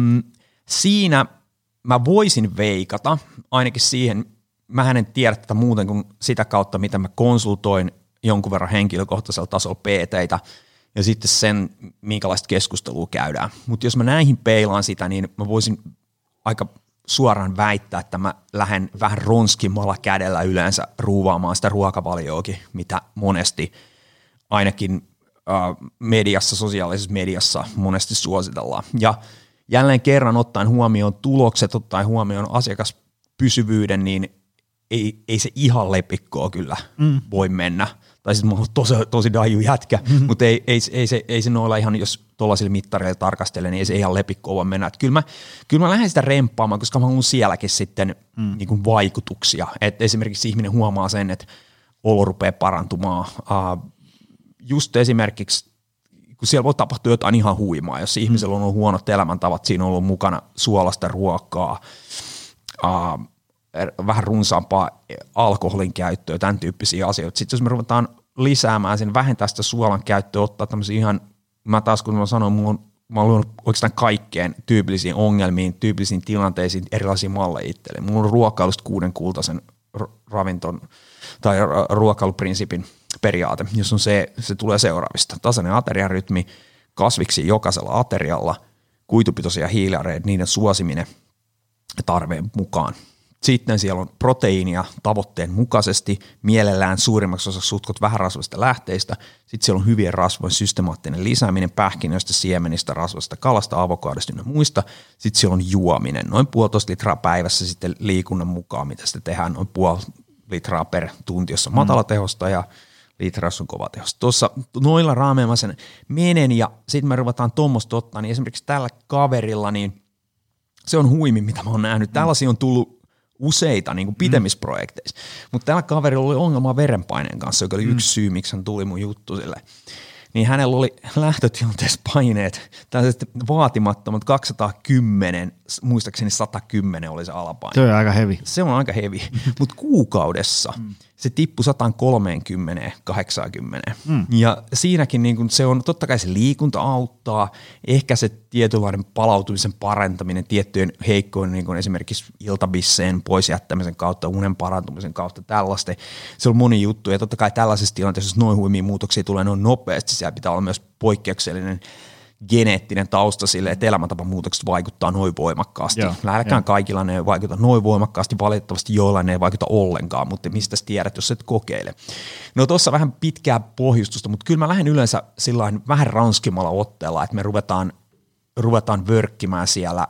Siinä mä voisin veikata, ainakin siihen, mä en tiedä tätä muuten kuin sitä kautta, mitä mä konsultoin jonkun verran henkilökohtaisella tasolla PT:itä ja sitten sen, minkälaista keskustelua käydään. Mutta jos mä näihin peilaan sitä, niin mä voisin aika suoraan väittää, että mä lähden vähän ronskimmalla kädellä yleensä ruuvaamaan sitä ruokavalioakin, mitä monesti ainakin mediassa, sosiaalisessa mediassa monesti suositellaan. Ja jälleen kerran ottaen huomioon tulokset, ottaen huomioon asiakaspysyvyyden, niin ei se ihan lepikkoa kyllä voi mennä. Tai sitten mä oon tosi daju jätkä, mutta ei se noilla ihan, jos tuollaisilla mittareilla tarkastelee, niin ei se ihan lepikkoa voi mennä. Kyllä mä lähden sitä remppaamaan, koska mä haluan sielläkin sitten niin kuin vaikutuksia. Et esimerkiksi ihminen huomaa sen, että olo rupeaa parantumaan. Just esimerkiksi, kun siellä voi tapahtua jotain ihan huimaa, jos ihmisellä on ollut huonot elämäntavat, siinä on ollut mukana suolasta ruokaa, vähän runsaampaa alkoholin käyttöä, tämän tyyppisiä asioita. Sitten jos me ruvetaan lisäämään sen, vähentää sitä suolan käyttöä, ottaa tämmöisiä ihan, mä taas kun mä sanoin, mä oon luonut oikeastaan kaikkeen tyypillisiin ongelmiin, tyypillisiin tilanteisiin erilaisia malleja itselle. Mulla on ruokailusta 6 kultaisen ravinton tai ruokailuprinsiipin periaate, jos on se tulee seuraavista. Tasainen ateriarytmi, kasviksi jokaisella aterialla, kuitupitoisia hiiliareita, niiden suosiminen tarpeen mukaan. Sitten siellä on proteiinia tavoitteen mukaisesti, mielellään suurimmaksi osaksi sutkot vähärasvaisista lähteistä. Sitten siellä on hyvien rasvojen systemaattinen lisääminen pähkinöistä, siemenistä, rasvasta, kalasta, avokadosta ja muista. Sitten siellä on juominen, noin 1,5 litraa päivässä sitten liikunnan mukaan, mitä sitten tehdään, noin 0,5 litraa per tunti, jossa on matalatehosta ja litra, jos on kovatehosta. Tuossa noilla raameilla mä sen menen ja sitten me ruvetaan tuommoista ottaa, niin esimerkiksi tällä kaverilla, niin se on huimi, mitä mä oon nähnyt. Tällaisia on tullut useita niin kuin pitemmisprojekteissa, mutta tällä kaverilla oli ongelma verenpaineen kanssa, joka oli yksi syy, miksi hän tuli mun juttu sille. Niin hänellä oli lähtötilanteessa paineet, tällaiset vaatimattomat 210, muistaakseni 110 oli se alapaine. Se on aika heavy. Se on aika heavy, mutta kuukaudessa se tippui 130, 80. Ja siinäkin niin kun se on, totta kai se liikunta auttaa, ehkä se tietynlainen palautumisen parantaminen tiettyjen heikkojen, niin kuin esimerkiksi iltabisseen pois jättämisen kautta, unen parantumisen kautta, tällaista. Se on moni juttu, ja totta kai tällaisessa tilanteessa, jos noin huimia muutoksia tulee noin nopeasti, siellä pitää olla myös poikkeuksellinen geneettinen tausta sille, että elämäntapamuutokset vaikuttaa noin voimakkaasti. Lähelläkään kaikilla ne ei vaikuta noin voimakkaasti, valitettavasti joillain ne ei vaikuta ollenkaan, mutta mistä tiedät, jos et kokeile. No tuossa vähän pitkää pohjustusta, mutta kyllä mä lähden yleensä sillain vähän ranskimalla otteella, että me ruvetaan vörkkimään siellä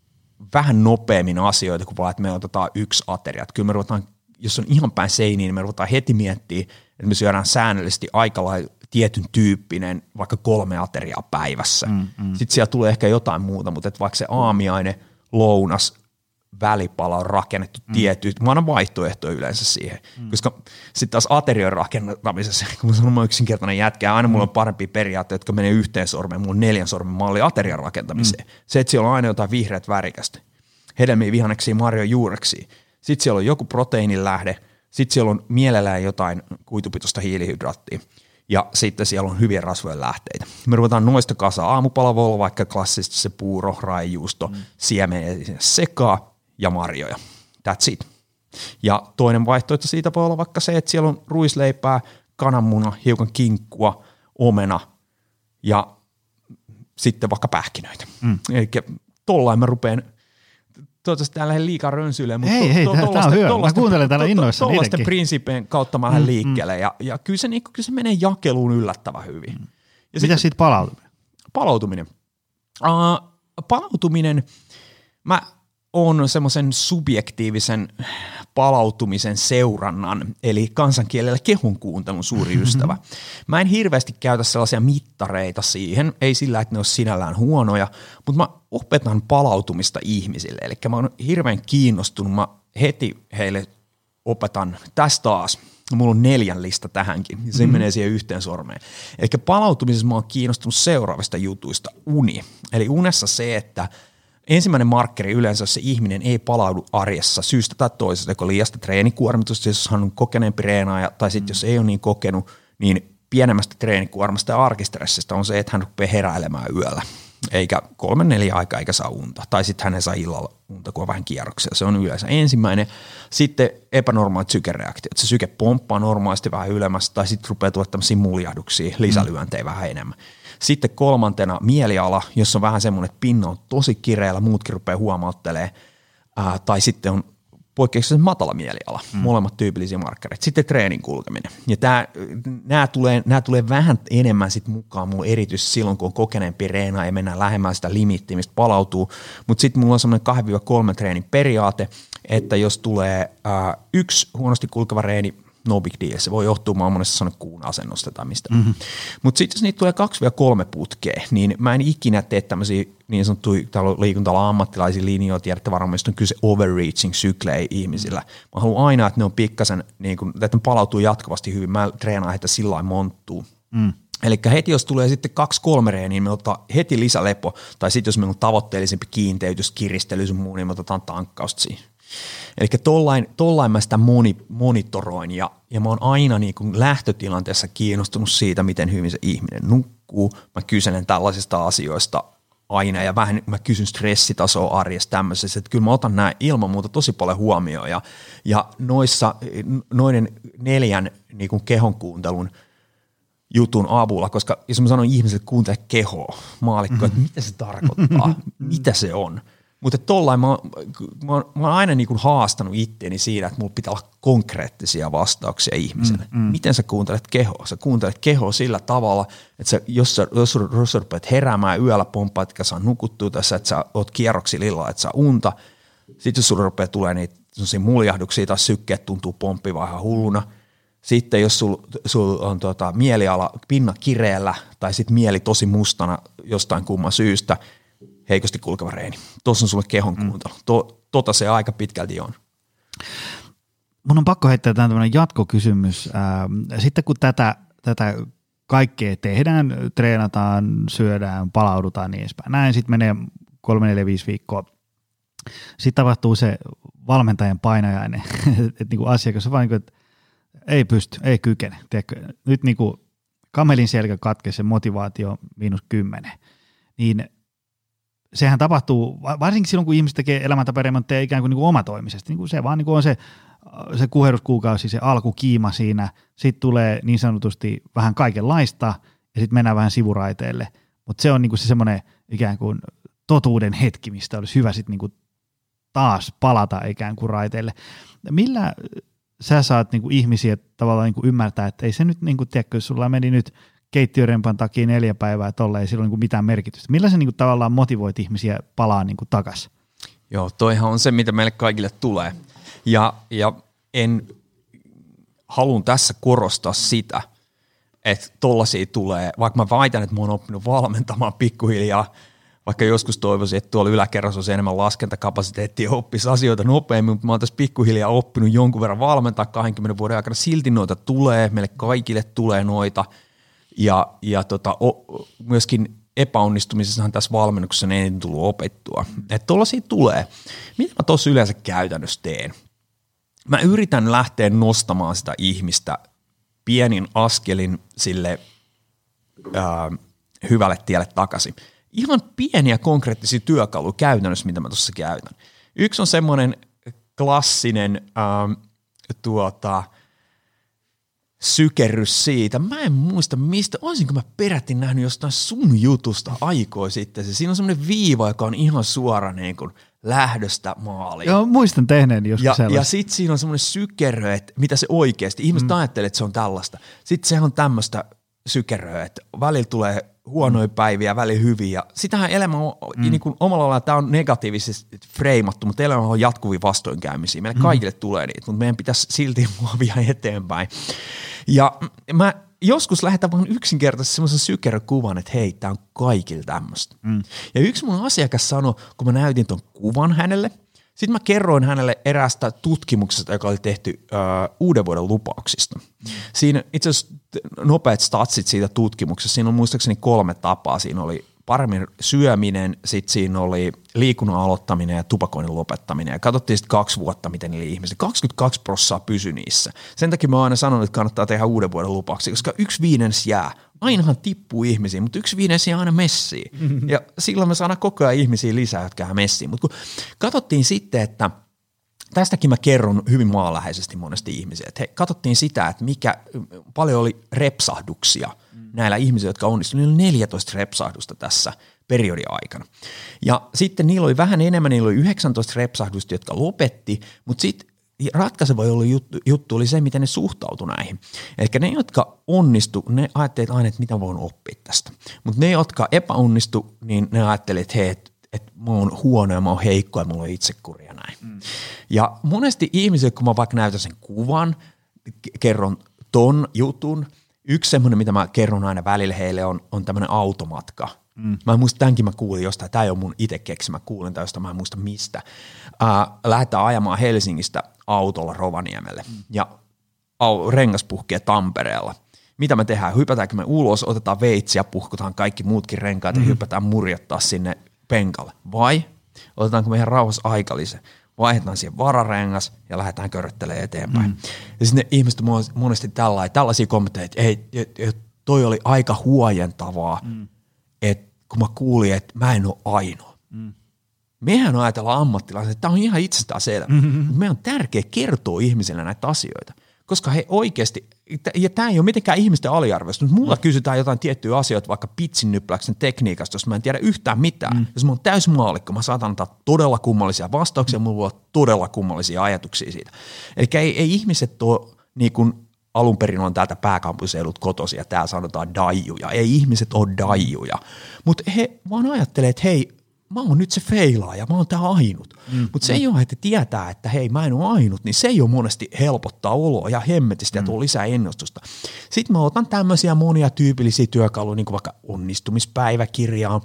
vähän nopeammin asioita, kuin vaan, että me otetaan yksi ateria. Että kyllä me ruvetaan, jos on ihan päin seiniin, niin me ruvetaan heti miettimään, että me syödään säännöllisesti aika lailla tietyn tyyppinen, vaikka 3 ateriaa päivässä. Sitten siellä tulee ehkä jotain muuta, mutta vaikka se aamiainen, lounas, välipala on rakennettu tiettyyn, mä annan vaihtoehtoja yleensä siihen, koska sitten taas aterian rakentamisessa, kun mä sanon, mä yksinkertainen jätkä, aina mulla on parempia periaatteita, jotka menee yhteen sormeen, mulla on 4 sormen malli aterian rakentamiseen. Se, että siellä on aina jotain vihreät värikästä, hedelmiä, vihanneksia, marjoja, juureksia, sitten siellä on joku proteiinilähde, sitten siellä on mielellään jotain kuitupitoista hiilihydraattia. Ja sitten siellä on hyviä rasvojen lähteitä. Me ruvetaan noista kasaan. Aamupala voi olla vaikka klassisesti se puuro, raijuusto, siemeniä sekaa ja marjoja. That's it. Ja toinen vaihtoehto siitä voi olla vaikka se, että siellä on ruisleipää, kananmuna, hiukan kinkkua, omena ja sitten vaikka pähkinöitä. Eli tollain mä rupean, toivottavasti tää lähde liikaa rönsyilemään, mutta hei, tää on hyvä. Mä kuuntelen täällä innoissani itsekin. Tuollaisten prinsiipien kautta mä lähden liikkeelle ja kyllä se menee jakeluun yllättävän hyvin. Ja mitä siitä palautuminen? Palautuminen, mä oon semmoisen subjektiivisen palautumisen seurannan, eli kansankielellä kehon kuuntelun suuri ystävä. Mä en hirveästi käytä sellaisia mittareita siihen, ei sillä, että ne olisi sinällään huonoja, mutta mä opetan palautumista ihmisille, eli mä oon hirveän kiinnostunut, mä heti heille opetan tästä taas. Mulla on 4 lista tähänkin, ja se menee siihen yhteen sormeen. Eli palautumisessa mä oon kiinnostunut seuraavista jutuista. Uni. Eli unessa se, että ensimmäinen markkeri yleensä, jos se ihminen ei palaudu arjessa syystä tai toisesta, joko liiasta treenikuormitusta, jos hän on kokeneempi reenaaja, tai sitten jos ei ole niin kokenut, niin pienemmästä treenikuormasta ja arkistressistä on se, että hän rupeaa heräilemään yöllä, eikä 3-4 aikaa eikä saa unta. Tai sitten hän ei saa illalla unta, kun on vähän kierroksia. Se on yleensä ensimmäinen. Sitten epänormaalit sykereaktiot. Se syke pomppaa normaalisti vähän ylemmässä, tai sitten rupeaa tulla tämmöisiä muljahduksia, lisälyöntejä vähän enemmän. Sitten 3. mieliala, jossa on vähän semmoinen, että pinna on tosi kireellä, muutkin rupeaa huomauttelemaan, tai sitten on poikkeuksellisen matala mieliala, molemmat tyypillisiä markkereita. Sitten treenin kulkeminen. Ja nämä tulee vähän enemmän sit mukaan mulla erityisesti silloin, kun on kokeneempi reenaa ja mennään lähemmään sitä limittiä, mistä palautuu. Mutta sitten mulla on semmoinen 2-3 treenin periaate, että jos tulee 1 huonosti kulkeva reeni, no big deal, se voi johtua monessa sanoa kuun asennosta tai mistä. Mutta sitten jos niitä tulee 2-3 putkea, niin mä en ikinä tee tämmöisiä niin sanottuja liikuntala ammattilaisia linjoja, tiedätte varmaan, mistä on kyse overreaching syklejä ihmisillä. Mä haluan aina, että ne on pikkasen, niin kun, että ne palautuu jatkuvasti hyvin. Mä treenaan heitä sillä lailla monttuu. Eli heti jos tulee sitten 2-3 reeniä, niin me ottaa heti lisälepo, tai sitten jos meillä on tavoitteellisempi kiinteytys, kiristely sun muu, niin me otetaan tankkausta siihen. Eli tollain mä sitä monitoroin ja mä oon aina niin kuin lähtötilanteessa kiinnostunut siitä, miten hyvin se ihminen nukkuu. Mä kyselen tällaisista asioista aina ja vähän mä kysyn stressitasoa arjessa tämmöisessä, että kyllä mä otan nämä ilman muuta tosi paljon huomioon ja noiden 4 niin kuin kehon kuuntelun jutun avulla, koska jos mä sanon ihmiselle kuuntele kehoa, maalikko, että mitä se tarkoittaa, mitä se on. Mutta tollain mä oon aina niin kuin haastanut itteeni siinä, että mulla pitää olla konkreettisia vastauksia ihmiselle. Miten sä kuuntelet kehoa? Sä kuuntelet kehoa sillä tavalla, että jos sä rupeat heräämään yöllä, pomppaat, että saa nukuttua tässä, että sä oot kierroksilla illalla, että saa unta. Sitten jos sulla rupeaa tulee niitä muljahduksia tai sykkeet tuntuu pomppivaa ihan hulluna. Sitten jos sulla on mieliala pinna kireellä tai sitten mieli tosi mustana jostain kumman syystä, heikosti kulkeva reeni. Tuossa on sulle kehon kuuntelu. Se aika pitkälti on. Mun on pakko heittää tämmöinen jatkokysymys. Sitten kun tätä kaikkea tehdään, treenataan, syödään, palaudutaan niin edespäin. Näin sitten menee 3, 4, 5 viikkoa. Sitten tapahtuu se valmentajan painajainen, että niinku asiakas on vaan niin kuin, että ei pysty, ei kykene. Tiedätkö? Nyt niinku kamelin selkä katkee, se motivaatio -10. Niin sehän tapahtuu, varsinkin silloin, kun ihmiset tekee elämäntaparemontteja ikään kuin, omatoimisesti. Niin kuin se vaan niin kuin on se kuheruskuukausi, se alkukiima siinä. Sitten tulee niin sanotusti vähän kaikenlaista ja sitten mennään vähän sivuraiteelle. Mutta se on niin kuin se semmoinen ikään kuin totuuden hetki, mistä olisi hyvä sitten niin kuin taas palata ikään kuin raiteille. Millä sä saat niin kuin ihmisiä tavallaan niin kuin ymmärtää, että ei se nyt, niin kuin, tiedätkö, jos sulla meni nyt keittiörempan takia 4 päivää tolle ei sillä ole niin kuin mitään merkitystä. Millä sä niin kuin tavallaan motivoit ihmisiä palaa niin kuin takaisin? Joo, toihan on se, mitä meille kaikille tulee. Ja haluan tässä korostaa sitä, että tollaisia tulee, vaikka mä väitän, että mä oon oppinut valmentamaan pikkuhiljaa, vaikka joskus toivoisin, että tuolla yläkerrassa olisi enemmän laskentakapasiteettia ja oppisi asioita nopeammin, mutta mä oon tässä pikkuhiljaa oppinut jonkun verran valmentaa 20 vuoden aikana. Silti noita tulee, meille kaikille tulee noita. Ja myöskin epäonnistumisessahan tässä valmennuksessa ei eniten tullut opettua. Että tuollaisia tulee. Mitä mä tuossa yleensä käytännössä teen? Mä yritän lähteä nostamaan sitä ihmistä pienin askelin sille hyvälle tielle takaisin. Ihan pieniä konkreettisia työkaluja käytännössä, mitä mä tuossa käytän. Yksi on semmoinen klassinen sykerrys siitä. Mä en muista mistä, olisinko mä peräti nähnyt jostain sun jutusta aikoja sitten. Siinä on semmoinen viiva, joka on ihan suora niin kuin lähdöstä maaliin. Joo, muistan tehneen joskus sellaista. Ja sitten siinä on semmoinen sykerö, että mitä se oikeasti, ihmiset ajattelee, että se on tällaista. Sitten se on tämmöistä sykeröä, että välillä tulee huonoja päiviä, välillä hyviä. Sitähän elämä on, niin kuin omalla lailla tämä on negatiivisesti freimattu, mutta elämä on jatkuvia vastoinkäymisiä. Meille kaikille tulee niitä, mutta meidän pitäisi silti muovia eteenpäin. Ja mä joskus lähetän vaan yksinkertaisesti semmoisen sykerökuvan, että hei, tää on kaikille tämmöistä. Ja yksi mun asiakas sanoi, kun mä näytin ton kuvan hänelle, sitten mä kerroin hänelle eräästä tutkimuksesta, joka oli tehty uuden vuoden lupauksista. Siinä itse asiassa nopeat statsit siitä tutkimuksesta, siinä on muistaakseni 3 tapaa. Siinä oli paremmin syöminen, sitten siinä oli liikunnan aloittaminen ja tupakoinnin lopettaminen. Ja katsottiin sitten 2 vuotta, miten niillä ihmiset, 22% pysyi niissä. Sen takia mä oon aina sanonut, että kannattaa tehdä uuden vuoden lupauksia, koska 1/5 jää. Ainahan tippuu ihmisiä, mutta 1/5 jää aina messiin. Ja silloin me saadaan koko ajan ihmisiä lisää, jotka jää messiin. Mutta kun katsottiin sitten, että tästäkin mä kerron hyvin maanläheisesti monesti ihmisiä, että he katsottiin sitä, että paljon oli repsahduksia näillä ihmisillä, jotka onnistuivat. Niillä oli 14 repsahdusta tässä periodin aikana. Ja sitten niillä oli vähän enemmän, niillä oli 19 repsahdusta, jotka lopetti, mutta sitten ratkaiseva juttu oli se, miten ne suhtautu näihin. Eli ne, jotka onnistu, ne ajattelivat aina, että mitä voin oppia tästä. Mutta ne, jotka epäonnistu, niin ne ajattelivat, että hei, että mä oon huono ja mä oon heikko ja mulla on itsekuria näin. Ja monesti ihmisille, kun mä vaikka näytän sen kuvan, kerron ton jutun, yksi semmoinen, mitä mä kerron aina välillä heille, on tämmöinen automatka. Mä en muista, tämänkin mä kuulin jostain, tämä ei ole mun itse keksimä, kuulin tai jostain, mä en muista mistä. Lähdetään ajamaan Helsingistä autolla Rovaniemelle ja rengas puhkee Tampereella. Mitä me tehdään? Hypätäänkö me ulos, otetaan veitsi ja puhkutaan kaikki muutkin renkaat ja hypätään murjottaa sinne penkalle? Vai otetaanko me ihan rauhassa aikalisen? Vaihdetaan siihen vararengas ja lähdetään köröttelemään eteenpäin. Ja sitten ihmiset monesti tällaisia kommentteja, että ei, toi oli aika huojentavaa, että kun mä kuulin, että mä en ole ainoa. Mehän ajatellaan ammattilaisia, että tämä on ihan itsestään selvä. Meidän on tärkeää kertoa ihmisille näitä asioita, koska he oikeasti, ja tämä ei ole mitenkään ihmisten aliarvoista, mutta mulla kysytään jotain tiettyjä asioita, vaikka pitsinnypläyksen tekniikasta, jos mä en tiedä yhtään mitään. Jos mä oon täysmaallikko, mä saatan antaa todella kummallisia vastauksia, mulla voi olla todella kummallisia ajatuksia siitä. Eli ei ihmiset ole niin kuin alun perin on täältä pääkaupunkiseudut kotoisin ja täällä sanotaan daijuja. Ei ihmiset ole daijuja, mutta he vaan ajattelee, että hei, mä oon nyt se feilaaja, mä oon tää ainut. Mutta se ei ole, että tietää, että hei, mä en ole ainut, niin se ei ole monesti helpottaa oloa ja hemmetistä ja tuo lisää ennustusta. Sitten mä otan tämmöisiä monia tyypillisiä työkaluja, niin kuin vaikka onnistumispäiväkirjaa,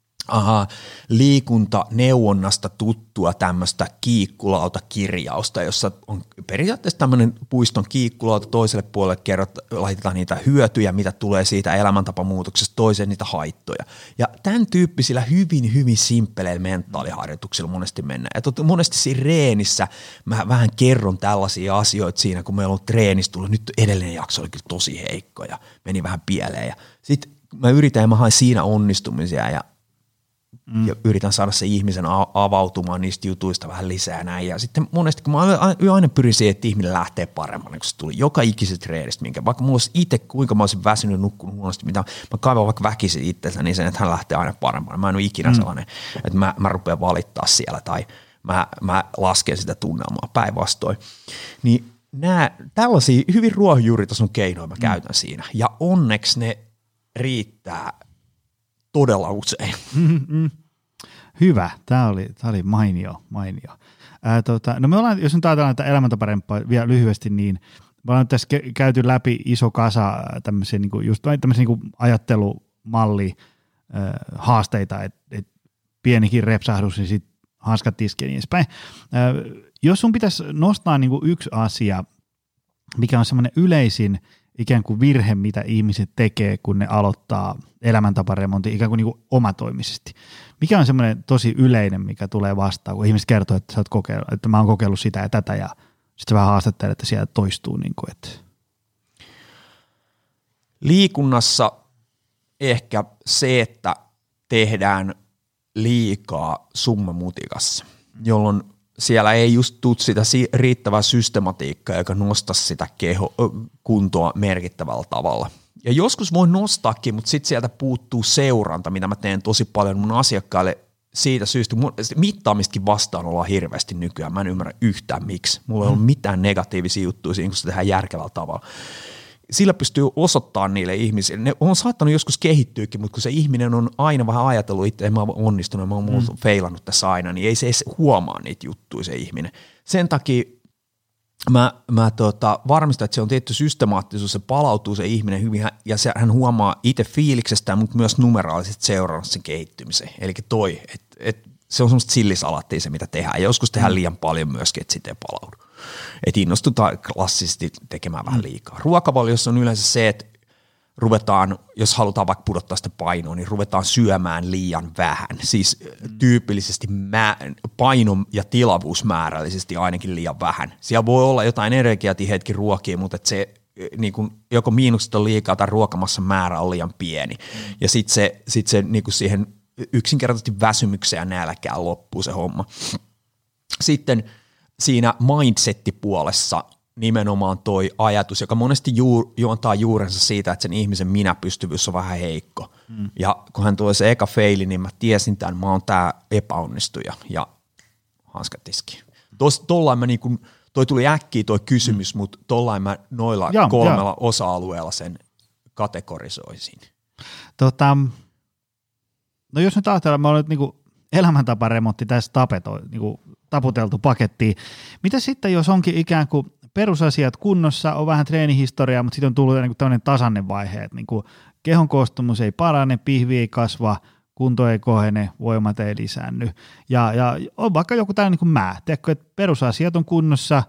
liikuntaneuvonnasta tuttua tämmöistä kiikkulautakirjausta, jossa on periaatteessa tämmöinen puiston kiikkulauta, toiselle puolelle laitetaan niitä hyötyjä, mitä tulee siitä elämäntapamuutoksesta, toiseen niitä haittoja. Ja tämän tyyppisillä hyvin, hyvin simppeleillä mentaaliharjoituksilla monesti mennään. Ja monesti siinä reenissä mä vähän kerron tällaisia asioita siinä, kun meillä on treenissä tullut, nyt edellinen jakso oli kyllä tosi heikko ja meni vähän pieleen. Ja sitten mä yritän ja mä haen siinä onnistumisia ja yritän saada se ihmisen avautumaan niistä jutuista vähän lisää näin. Ja sitten monesti, kun mä aina pyrin siihen, että ihminen lähtee paremmin, kun se tuli joka ikisestä treenistä, minkä vaikka mulla olisi itse, kuinka mä olisin väsynyt nukkunut huonosti, mitä mä kaivan vaikka väkisin itsensä, niin sen, että hän lähtee aina paremmin. Mä en ole ikinä sellainen, että mä rupean valittaa siellä tai mä lasken sitä tunnelmaa päinvastoin. Niin tällaisia hyvin ruohonjuuritason keinoja mä käytän siinä. Ja onneksi ne riittää todella usein. Hyvä. Tämä oli mainio. No me ollaan, jos nyt ajatellaan tätä elämäntaparempaa vielä lyhyesti, niin me ollaan tässä käyty läpi iso kasa tämmöisiä niin kuin, just tämmöisiä niin kuin ajattelumalli haasteita, että pienikin repsahdus, niin sitten hanskat tiskiä niin edespäin. Jos sun pitäisi nostaa niin kuin yksi asia, mikä on semmoinen yleisin ikään kuin virhe, mitä ihmiset tekee, kun ne aloittaa elämäntaparemontin ikään kuin omatoimisesti. Mikä on semmoinen tosi yleinen, mikä tulee vastaan, kun ihmiset kertoo, että sä oot kokeillut, että mä oon kokeillut sitä ja tätä, ja sitten vähän haastattelee, että siellä toistuu. Niin kuin, että. Liikunnassa ehkä se, että tehdään liikaa summamutikassa, jolloin siellä ei just tule sitä riittävää systematiikkaa, joka nostaisi sitä kuntoa merkittävällä tavalla. Ja joskus voi nostaakin, mutta sitten sieltä puuttuu seuranta, mitä mä teen tosi paljon mun asiakkaille siitä syystä. Mittaamistakin vastaan ollaan hirveästi nykyään. Mä en ymmärrä yhtään miksi. Mulla ei ole mitään negatiivisia juttuja siinä, kun se tehdään järkevällä tavalla. Sillä pystyy osoittamaan niille ihmisille. Ne on saattanut joskus kehittyäkin, mutta kun se ihminen on aina vähän ajatellut itse, että mä oon onnistunut, mä oon feilannut tässä aina, niin ei se edes huomaa niitä juttuja se ihminen. Sen takia mä varmistan, että se on tietty systemaattisuus, se palautuu se ihminen hyvin ja hän huomaa itse fiiliksestään, mutta myös numeraalisesti seurannut sen kehittymisen. Eli että se on semmoista sillisalaattia se, mitä tehdään. Ja joskus tehdään liian paljon myöskin, että siitä ei palaudu. Että innostutaan klassisesti tekemään vähän liikaa. Ruokavaliossa on yleensä se, että ruvetaan, jos halutaan vaikka pudottaa sitä painoa, niin ruvetaan syömään liian vähän. Siis tyypillisesti paino- ja tilavuusmäärällisesti ainakin liian vähän. Siellä voi olla jotain energiatiheetkin ruokia, mutta että se niin kun, joko miinukset on liikaa tai ruokamassan määrä on liian pieni. Ja sitten se niin kun siihen yksinkertaisesti väsymykseen ja nälkään loppuu se homma. Sitten siinä mindset-puolessa nimenomaan toi ajatus, joka monesti juontaa juurensa siitä, että sen ihmisen minäpystyvyys on vähän heikko. Ja kun hän tuli se eka feili, niin mä tiesin tämän, mä oon tää epäonnistuja ja hanskatiski. Tollain mä niin kuin, toi tuli äkkiä toi kysymys, mutta tollain mä noilla kolmella osa-alueella sen kategorisoisin. No jos nyt ajatellaan, me ollaan nyt niinku elämäntaparemontti tässä niinku taputeltu pakettiin. Mitä sitten, jos onkin ikään kuin perusasiat kunnossa, on vähän treenihistoriaa, mutta sitten on tullut niinku tämmöinen tasainen vaihe, että niinku kehon koostumus ei parane, pihvi ei kasva, kunto ei kohene, voimat ei lisäänny. Ja on vaikka joku tällainen niin kuin tiedätkö, että perusasiat on kunnossa,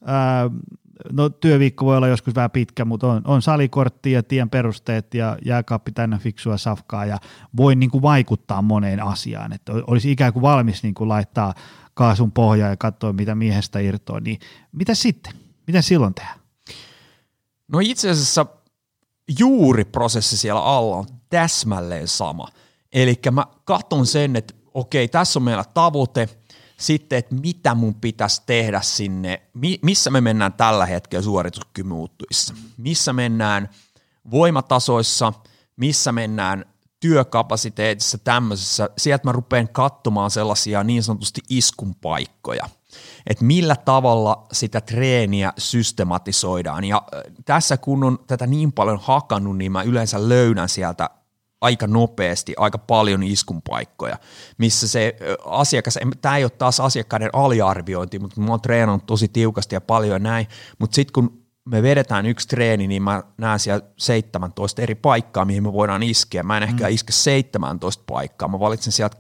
no työviikko voi olla joskus vähän pitkä, mutta on salikortti ja tien perusteet ja jääkaappi täynnä fiksua safkaa ja voi niin kuin vaikuttaa moneen asiaan, että olisi ikään kuin valmis niin kuin laittaa kaasun pohjaa ja katsoa, mitä miehestä irtoaa, niin mitä sitten? Mitä silloin tehdään? No itse asiassa juuriprosessi siellä alla on täsmälleen sama. Eli mä katson sen, että okei, tässä on meillä tavoite, sitten, että mitä mun pitäisi tehdä sinne, missä me mennään tällä hetkellä suorituskyvymuuttujissa, missä mennään voimatasoissa, missä mennään työkapasiteetissa, tämmöisessä. Sieltä mä rupean katsomaan sellaisia niin sanotusti iskun paikkoja, että millä tavalla sitä treeniä systematisoidaan. Ja tässä kun on tätä niin paljon hakannut, niin mä yleensä löydän sieltä aika nopeasti, aika paljon iskun paikkoja, missä se asiakas, tämä ei ole taas asiakkaiden aliarviointi, mutta mä oon treenannut tosi tiukasti ja paljon ja näin, mutta sitten kun me vedetään yksi treeni, niin mä näen siellä 17 eri paikkaa, mihin me voidaan iskeä. Mä en ehkä iske 17 paikkaa, mä valitsen sieltä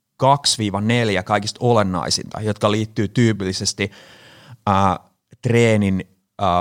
2-4 kaikista olennaisinta, jotka liittyy tyypillisesti treenin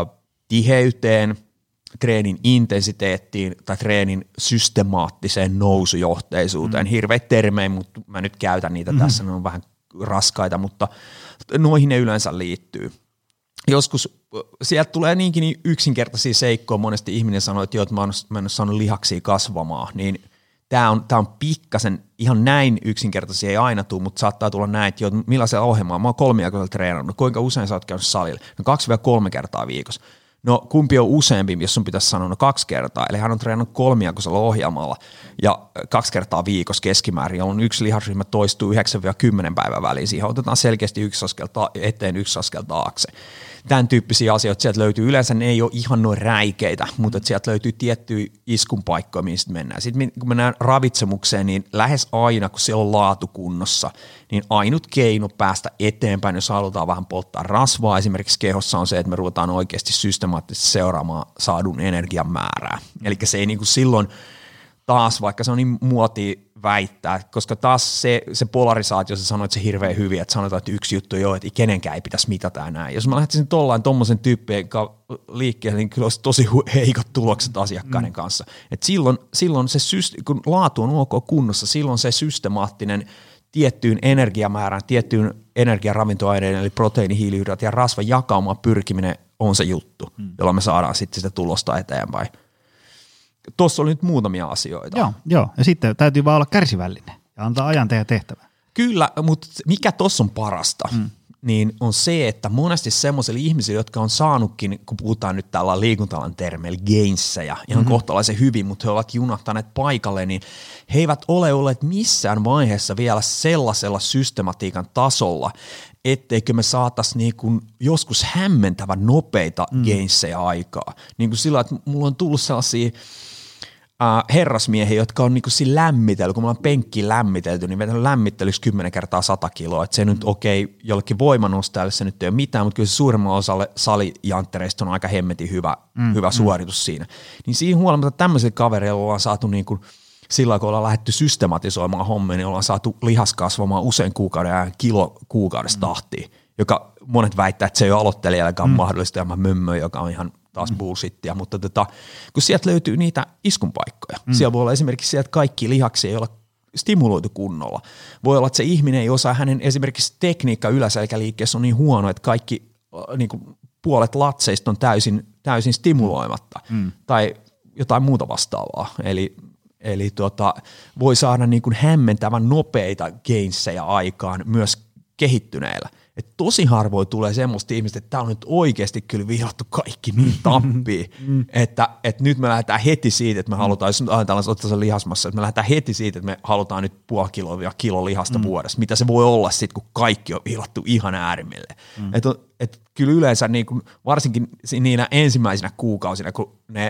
tiheyteen, treenin intensiteettiin tai treenin systemaattiseen nousujohteisuuteen. Hirveät termejä, mutta mä nyt käytän niitä tässä, ne on vähän raskaita, mutta noihin ne yleensä liittyy. Joskus sieltä tulee niinkin yksinkertaisia seikkoja, monesti ihminen sanoo, että joo, että mä en ole saanut lihaksia kasvamaan, niin tämä on pikkasen, ihan näin yksinkertaisia ei aina tule, mutta saattaa tulla näin, että joo, millaisella ohjelmaa, mä oon 3 viikolla treenannut, kuinka usein sä oot käynyt salille? No 2-3 kertaa viikossa. No kumpi on useampi, jos sun pitäisi sanoa, no 2 kertaa, eli hän on treenannut 3 ohjelmalla ja 2 kertaa viikossa keskimäärin, jolloin yksi lihasryhmä toistuu 9-10 päivän väliin, siihen otetaan selkeästi 1 askel eteen, 1 askel taakse. Tämän tyyppisiä asioita sieltä löytyy, yleensä ne ei ole ihan noin räikeitä, mutta sieltä löytyy tiettyjä iskun paikkoja, mihin sitten mennään. Sitten kun mennään ravitsemukseen, niin lähes aina, kun se on laatukunnossa, niin ainut keino päästä eteenpäin, jos halutaan vähän polttaa rasvaa esimerkiksi kehossa, on se, että me ruvetaan oikeasti systemaattisesti seuraamaan saadun energian määrää. Eli se ei niin kuin silloin taas, vaikka se on niin muotia väittää, koska taas se polarisaatio, sä sanoit se hirveän hyvin, että sanotaan, että yksi juttu jo, että kenenkään ei pitäisi mitata ja näin. Jos mä lähtisin tommosen tyyppien liikkeelle, niin kyllä olisi tosi heikot tulokset asiakkaiden kanssa. Et silloin se, kun laatu on ok kunnossa, silloin se systemaattinen tiettyyn energiamäärään, tiettyyn energiaravintoaineiden, eli proteiini, hiilihydraatit ja rasvan jakaumaan pyrkiminen on se juttu, jolla me saadaan sitten sitä tulosta eteenpäin. Tuossa oli nyt muutamia asioita. Joo, ja sitten täytyy vaan olla kärsivällinen ja antaa ajan tehdä tehtävää. Kyllä, mutta mikä tuossa on parasta, niin on se, että monesti semmoisille ihmisille, jotka on saanutkin, kun puhutaan nyt tällä liikuntalan termeillä gainsseja, ihan kohtalaisen hyvin, mutta he ovat junahtaneet paikalle, niin he eivät ole olleet missään vaiheessa vielä sellaisella systematiikan tasolla, etteikö me saataisiin niin kuin joskus hämmentävän nopeita gainsseja aikaa. Niin kuin sillä, että mulla on tullut sellaisia herrasmiehiä, jotka on niinku siinä lämmitellyt, kun me ollaan penkkiin lämmitelty, niin vetänyt lämmittelyksi 10 kertaa 100 kiloa, että se nyt jollekin voimanostajalle se nyt ei ole mitään, mutta kyllä se suurimmalle osalle salijanttereista on aika hemmetin hyvä suoritus siinä. Niin siinä huolimatta tämmöisillä kavereilla ollaan saatu niinku, sillä kun ollaan lähdetty systematisoimaan hommia, niin ollaan saatu lihas kasvamaan usein kuukauden ja kilo kuukaudessa tahtiin, joka monet väittää, että se ei ole aloittelijallekaan mahdollista, ja mä mömmöin, joka on ihan taas bullshittia, mutta kun sieltä löytyy niitä iskun paikkoja. Siellä voi olla esimerkiksi sieltä kaikki lihaksia, ei olla stimuloitu kunnolla. Voi olla, että se ihminen ei osaa, hänen esimerkiksi tekniikka yläselkäliikkeessä on niin huono, että kaikki niin kuin puolet latseista on täysin stimuloimatta tai jotain muuta vastaavaa. Eli voi saada niin kuin hämmentävän nopeita gainsseja aikaan myös kehittyneillä. että tosi harvoin tulee semmoista ihmistä, että tää on nyt oikeasti kyllä vihlattu kaikki niin tappiin, että nyt me lähdetään heti siitä, että me halutaan, jos nyt ajatellaan ottaa sen lihasmassa, että me lähdetään heti siitä, että me halutaan nyt 0,5 kiloa lihasta vuodessa, mitä se voi olla sitten, kun kaikki on vihlattu ihan äärimmille. Että kyllä yleensä niin kuin, varsinkin niinä ensimmäisinä kuukausina, kun ne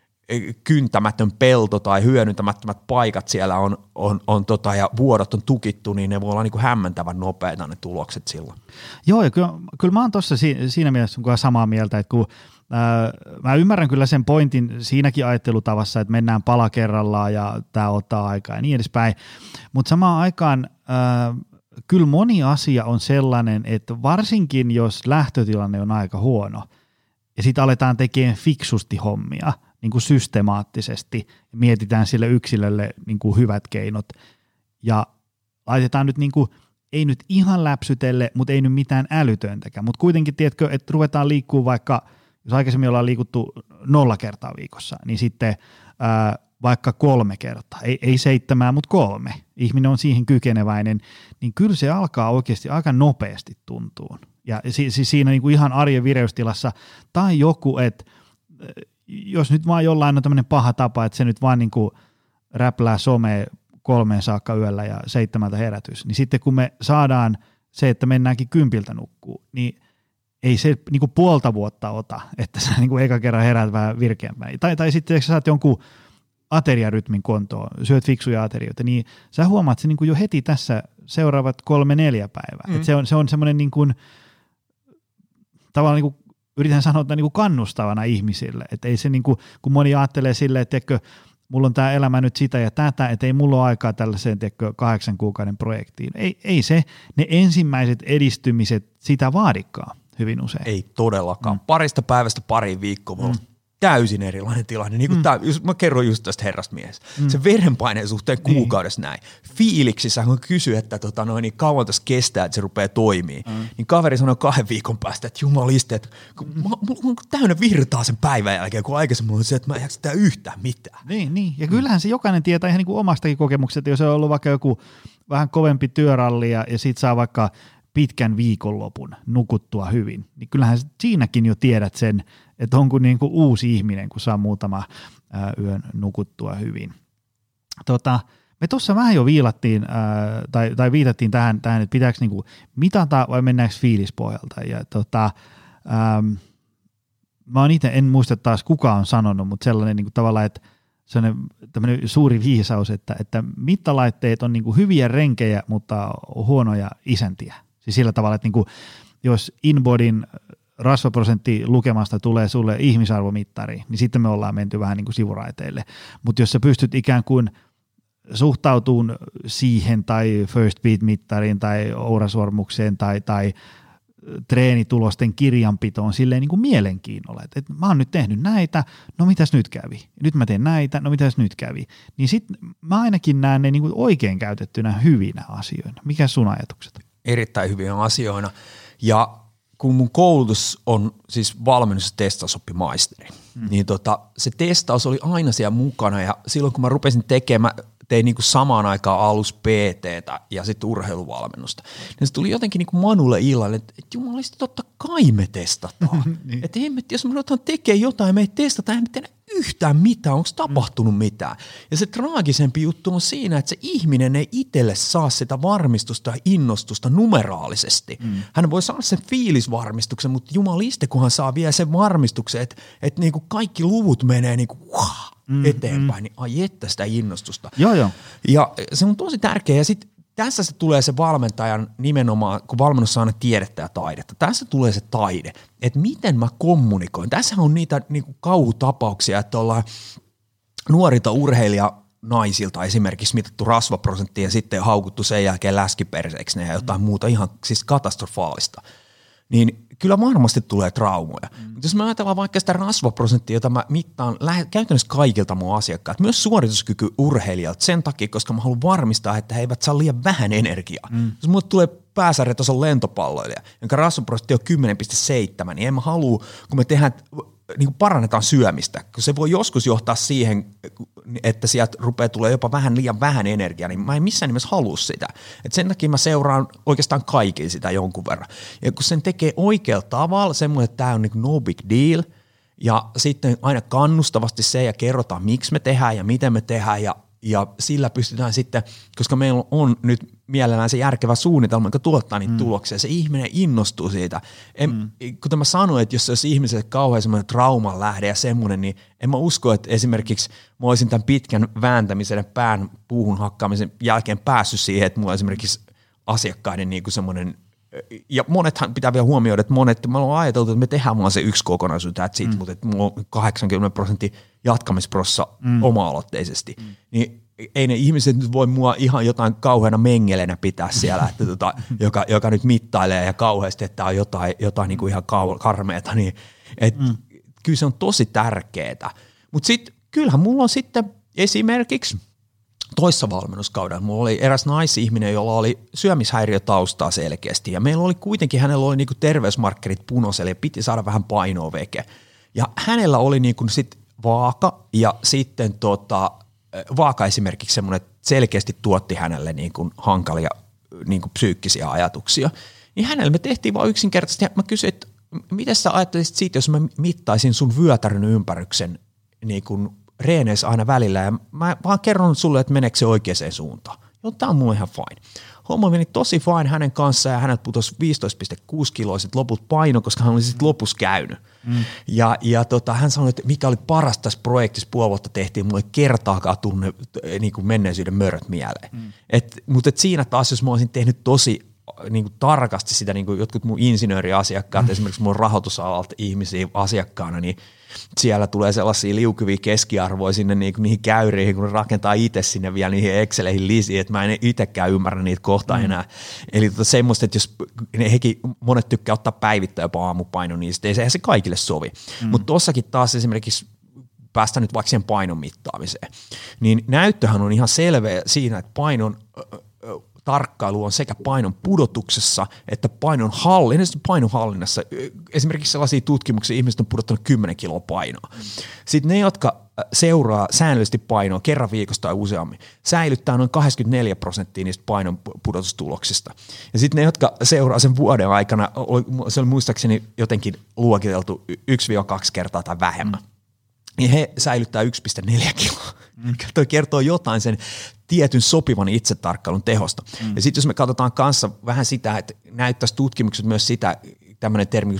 kyntämätön pelto tai hyödyntämättömät paikat siellä on ja vuodot on tukittu, niin ne voi olla niin kuin hämmentävän nopeita ne tulokset silloin. Joo, ja kyllä mä oon tuossa siinä mielessä samaa mieltä, että kun mä ymmärrän kyllä sen pointin siinäkin ajattelutavassa, että mennään pala kerrallaan ja tämä ottaa aikaa ja niin edespäin, mutta samaan aikaan kyllä moni asia on sellainen, että varsinkin jos lähtötilanne on aika huono ja sitten aletaan tekemään fiksusti hommia, niin kuin systemaattisesti, mietitään sille yksilölle niin kuin hyvät keinot ja laitetaan nyt niin kuin, ei nyt ihan läpsytelle, mutta ei nyt mitään älytöntäkään, mutta kuitenkin tiedätkö, että ruvetaan liikkuu vaikka, jos aikaisemmin ollaan liikuttu 0 kertaa viikossa, niin sitten vaikka 3 kertaa, ei 7, mutta 3, ihminen on siihen kykeneväinen, niin kyllä se alkaa oikeasti aika nopeasti tuntua. Ja siinä niin kuin ihan arjen vireystilassa, tai joku, että jos nyt vaan jollain on tämmöinen paha tapa, että se nyt vaan niin kuin räplää somea 3 saakka yöllä ja 7 herätys, niin sitten kun me saadaan se, että mennäänkin 10 nukkuu, niin ei se niin kuin puolta vuotta ota, että sä niin kuin eka kerran herät vähän virkeämpään. Tai sitten jos sä saat jonkun ateriarytmin kontoon, syöt fiksuja aterioita, niin sä huomaat se niin kuin jo heti tässä seuraavat 3-4 päivää. Että se on semmoinen niin kuin, tavallaan niin kuin yritän sanoa niin kuin kannustavana ihmisille, että ei se niin kuin, kun moni ajattelee silleen, että tiedätkö, mulla on tämä elämä nyt sitä ja tätä, että ei mulla ole aikaa tällaiseen 8 kuukauden projektiin. Ei se, ne ensimmäiset edistymiset sitä vaadikaan hyvin usein. Ei todellakaan. Parista päivästä pariin viikkoon on täysin erilainen tilanne. Niin kuin jos mä kerron just tästä herrasmiehestä. Se verenpaineen suhteen kuukaudessa näin. Fiiliksissä, kun kysyy, että niin kauan tässä kestää, että se rupeaa toimii, niin kaveri sanoi 2 viikon päästä, että jumaliste, että mulla on täynnä virtaa sen päivän jälkeen, kun aikaisemmin on se, että mä en jaksa yhtään mitään. Niin. Ja kyllähän se jokainen tietää ihan niin kuin omastakin kokemuksesta, jos on ollut vaikka joku vähän kovempi työralli ja sit saa vaikka pitkän viikonlopun nukuttua hyvin, niin kyllähän siinäkin jo tiedät sen, että onko niin kuin uusi ihminen, kun saa muutama yön nukuttua hyvin. Me tuossa vähän jo viilattiin, tai viitattiin tähän, että pitääkö niin kuin mitata vai mennäänkö fiilispohjalta. Ja mä oon itse, en muista taas kuka on sanonut, mutta sellainen niin kuin tavallaan, että tämmöinen suuri viisaus, että mittalaitteet on niin kuin hyviä renkejä, mutta huonoja isäntiä. Siis sillä tavalla, että niin kuin, jos InBodyn rasvaprosentti lukemasta tulee sulle ihmisarvomittari, niin sitten me ollaan menty vähän niin kuin sivuraiteille. Mutta jos sä pystyt ikään kuin suhtautumaan siihen tai First Beat-mittariin tai ourasormukseen tai treenitulosten kirjanpitoon silleen niin kuin mielenkiinnolla, että mä oon nyt tehnyt näitä, no mitäs nyt kävi? Nyt mä teen näitä, no mitäs nyt kävi? Niin sitten mä ainakin näen ne niin kuin oikein käytettynä hyvinä asioina. Mikä sun ajatukset? Erittäin hyvinä asioina. Ja kun mun koulutus on siis valmennus- ja testausoppimaisteri, niin se testaus oli aina siellä mukana ja silloin kun mä rupesin tekemään, tein niinku samaan aikaan alus PT:tä ja sitten urheiluvalmennusta, niin se tuli jotenkin niinku Manulle illalle, että jumalista totta kai me testataan. Niin. Että jos me ruvetaan tekemään jotain, me ei testata, ei me tehdä yhtään mitään, onko tapahtunut mitään. Ja se traagisempi juttu on siinä, että se ihminen ei itselle saa sitä varmistusta ja innostusta numeraalisesti. Hän voi saada sen fiilisvarmistuksen, mutta jumaliste, kun hän saa vielä sen varmistuksen, että niinku kaikki luvut menee niinku eteenpäin, niin ai että sitä innostusta. Joo. Ja se on tosi tärkeä. Ja sitten tässä se tulee se valmentajan nimenomaan, kun valmennus on aina tiedettä ja taidetta. Tässä tulee se taide, että miten mä kommunikoin. Tässä on niitä niinku kauhutapauksia, että ollaan nuorilta urheilijanaisilta esimerkiksi mitattu rasvaprosenttia ja sitten haukuttu sen jälkeen läskiperseeksi ja jotain muuta ihan siis katastrofaalista. Niin kyllä varmasti tulee traumoja. Jos me ajatellaan vaikka sitä rasvaprosenttia, jota mä mittaan käytännössä kaikilta mun asiakkaat, myös suorituskykyurheilijalta sen takia, koska mä haluan varmistaa, että he eivät saa liian vähän energiaa. Jos mulle tulee pääsarjatason lentopalloilija, jonka rasvaprosentti on 10,7, niin en mä halua, kun me tehdään niin kuin parannetaan syömistä, kun se voi joskus johtaa siihen, että sieltä rupeaa tulee jopa liian vähän energiaa, niin mä en missään nimessä halua sitä. Et sen takia mä seuraan oikeastaan kaikille sitä jonkun verran. Ja kun sen tekee oikealla tavalla, semmoinen, että tämä on niin no big deal, ja sitten aina kannustavasti se ja kerrotaan, miksi me tehdään ja miten me tehdään, ja sillä pystytään sitten, koska meillä on nyt mielellään se järkevä suunnitelma, joka tuottaa niitä tuloksia. Se ihminen innostuu siitä. Kuten mä sanoin, että jos se olisi ihmiselle kauhean semmoinen trauman lähde ja semmoinen, niin en mä usko, että esimerkiksi mä olisin tämän pitkän vääntämisen ja pään puuhun hakkaamisen jälkeen päässyt siihen, että mulla on esimerkiksi asiakkaiden niin kuin semmoinen, ja monethan pitää vielä huomioida, että me ollaan ajateltu, että me tehdään vaan se yksi kokonaisuus, mutta että mulla on 80% jatkamisprossa oma-aloitteisesti, niin ei ne ihmiset nyt voi mua ihan jotain kauheana mengelenä pitää siellä, että joka nyt mittailee ja kauheasti, että on jotain niin kuin ihan karmeeta, niin kyllä se on tosi tärkeää. Mutta sitten kyllähän mulla on sitten esimerkiksi toissa valmennuskaudella mulla oli eräs naisihminen, jolla oli syömishäiriötaustaa selkeästi ja meillä oli kuitenkin, hänellä oli niinku terveysmarkkerit punoselle ja piti saada vähän painoa veke. Ja hänellä oli niinku sit vaaka ja sitten vaaka esimerkiksi semmoinen, että selkeästi tuotti hänelle niinku hankalia niinku psyykkisiä ajatuksia. Niin hänelle me tehtiin vaan yksinkertaisesti ja mä kysyin, että miten sä ajattelisit siitä, jos mä mittaisin sun vyötärön ympäryksen niinku reeneissä aina välillä ja mä vaan kerron sulle, että meneekö se oikeaan suuntaan. Joo, tää on mulle ihan fine. Homma meni tosi fine hänen kanssaan ja hänet putosi 15,6 kiloa sit loput paino, koska hän oli sit lopussa käynyt. Ja hän sanoi, että mikä oli parasta tässä projektissa, puoli vuotta tehtiin, mulle ei kertaakaan tunne niin kuin menneisyyden möröt mieleen. Mutta siinä taas, jos mä olisin tehnyt tosi niin kuin tarkasti sitä, niin kuin jotkut mun insinööriasiakkaat, esimerkiksi mun rahoitusalalta ihmisiä asiakkaana, niin siellä tulee sellaisia liukuvia keskiarvoja sinne niihin käyriin, kun ne rakentaa itse sinne vielä niihin Exceleihin lisiin, että mä en itsekään ymmärrä niitä kohta enää. Eli semmoista, että jos hekin monet tykkää ottaa päivittäin jopa aamupaino, niin eihän se kaikille sovi. Mutta tossakin taas esimerkiksi päästä nyt vaikka siihen painon mittaamiseen, niin näyttöhän on ihan selvä siinä, että painon tarkkailu on sekä painon pudotuksessa että painon hallinnassa. Esimerkiksi sellaisia tutkimuksia, ihmiset on pudottanut 10 kiloa painoa. Sitten ne, jotka seuraa säännöllisesti painoa kerran viikossa tai useammin, säilyttää noin 84% niistä painon pudotustuloksista. Ja sitten ne, jotka seuraa sen vuoden aikana, se oli muistaakseni jotenkin luokiteltu 1-2 kertaa tai vähemmän, niin he säilyttää 1,4 kiloa. Toi kertoo jotain sen tietyn sopivan itsetarkkailun tehosta. Ja sitten jos me katsotaan kanssa vähän sitä, että näyttäisi tutkimukset myös sitä, tämmöinen termi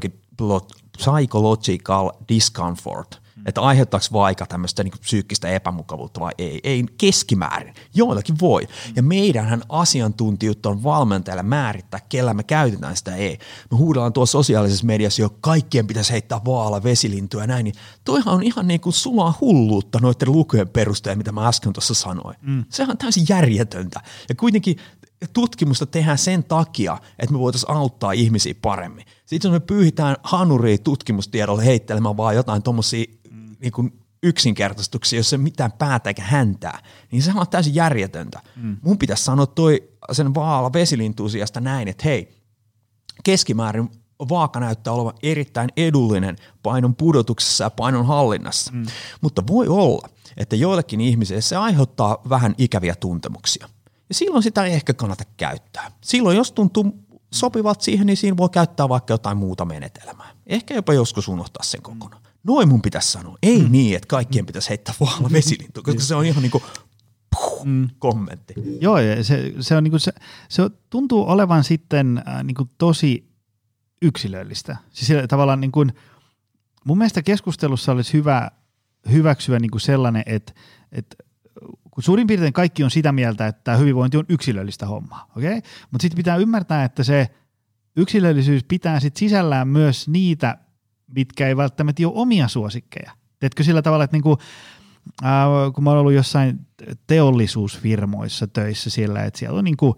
psychological discomfort, että aiheuttaako vaikka tämmöistä niin kuin psyykkistä epämukavuutta vai ei. Ei keskimäärin, joillakin voi. Ja meidänhän asiantuntijuutta on valmentajalle määrittää, kellä me käytetään sitä ei. Me huudellaan tuossa sosiaalisessa mediassa jo, kaikkien pitäisi heittää vaala, vesilintuja ja näin, niin toihan on ihan niin kuin sulaa hulluutta noiden lukujen perusteella, mitä mä äsken tuossa sanoin. Sehän on täysin järjetöntä. Ja kuitenkin tutkimusta tehdään sen takia, että me voitaisiin auttaa ihmisiä paremmin. Sitten jos me pyyhitään hanuria tutkimustiedolle heittelemään vaan jotain tommosia niin kuin yksinkertaistuksia, jos ei mitään päätä eikä häntää, niin se on täysin järjetöntä. Mun pitäisi sanoa sen vaala vesilintuusiasta näin, että hei, keskimäärin vaaka näyttää olevan erittäin edullinen painon pudotuksessa ja painon hallinnassa. Mutta voi olla, että joillekin ihmisille se aiheuttaa vähän ikäviä tuntemuksia. Ja silloin sitä ei ehkä kannata käyttää. Silloin jos tuntuu sopivat siihen, niin siinä voi käyttää vaikka jotain muuta menetelmää. Ehkä jopa joskus unohtaa sen kokonaan. Noin mun pitäisi sanoa. Ei niin, että kaikkien pitäisi heittää vaala vesilintu, koska se on ihan niin kuin kommentti. Joo, ja se on niin kuin se tuntuu olevan sitten niin kuin tosi yksilöllistä. Siis tavallaan niin kuin, mun mielestä keskustelussa olisi hyvä hyväksyä niin kuin sellainen, että kun suurin piirtein kaikki on sitä mieltä, että tämä hyvinvointi on yksilöllistä hommaa, okei? Mutta sitten pitää ymmärtää, että se yksilöllisyys pitää sit sisällään myös niitä, mitkä ei välttämättä ole omia suosikkeja. Teetkö sillä tavalla, että niinku, kun mä oon ollut jossain teollisuusfirmoissa töissä siellä, että siellä on niinku,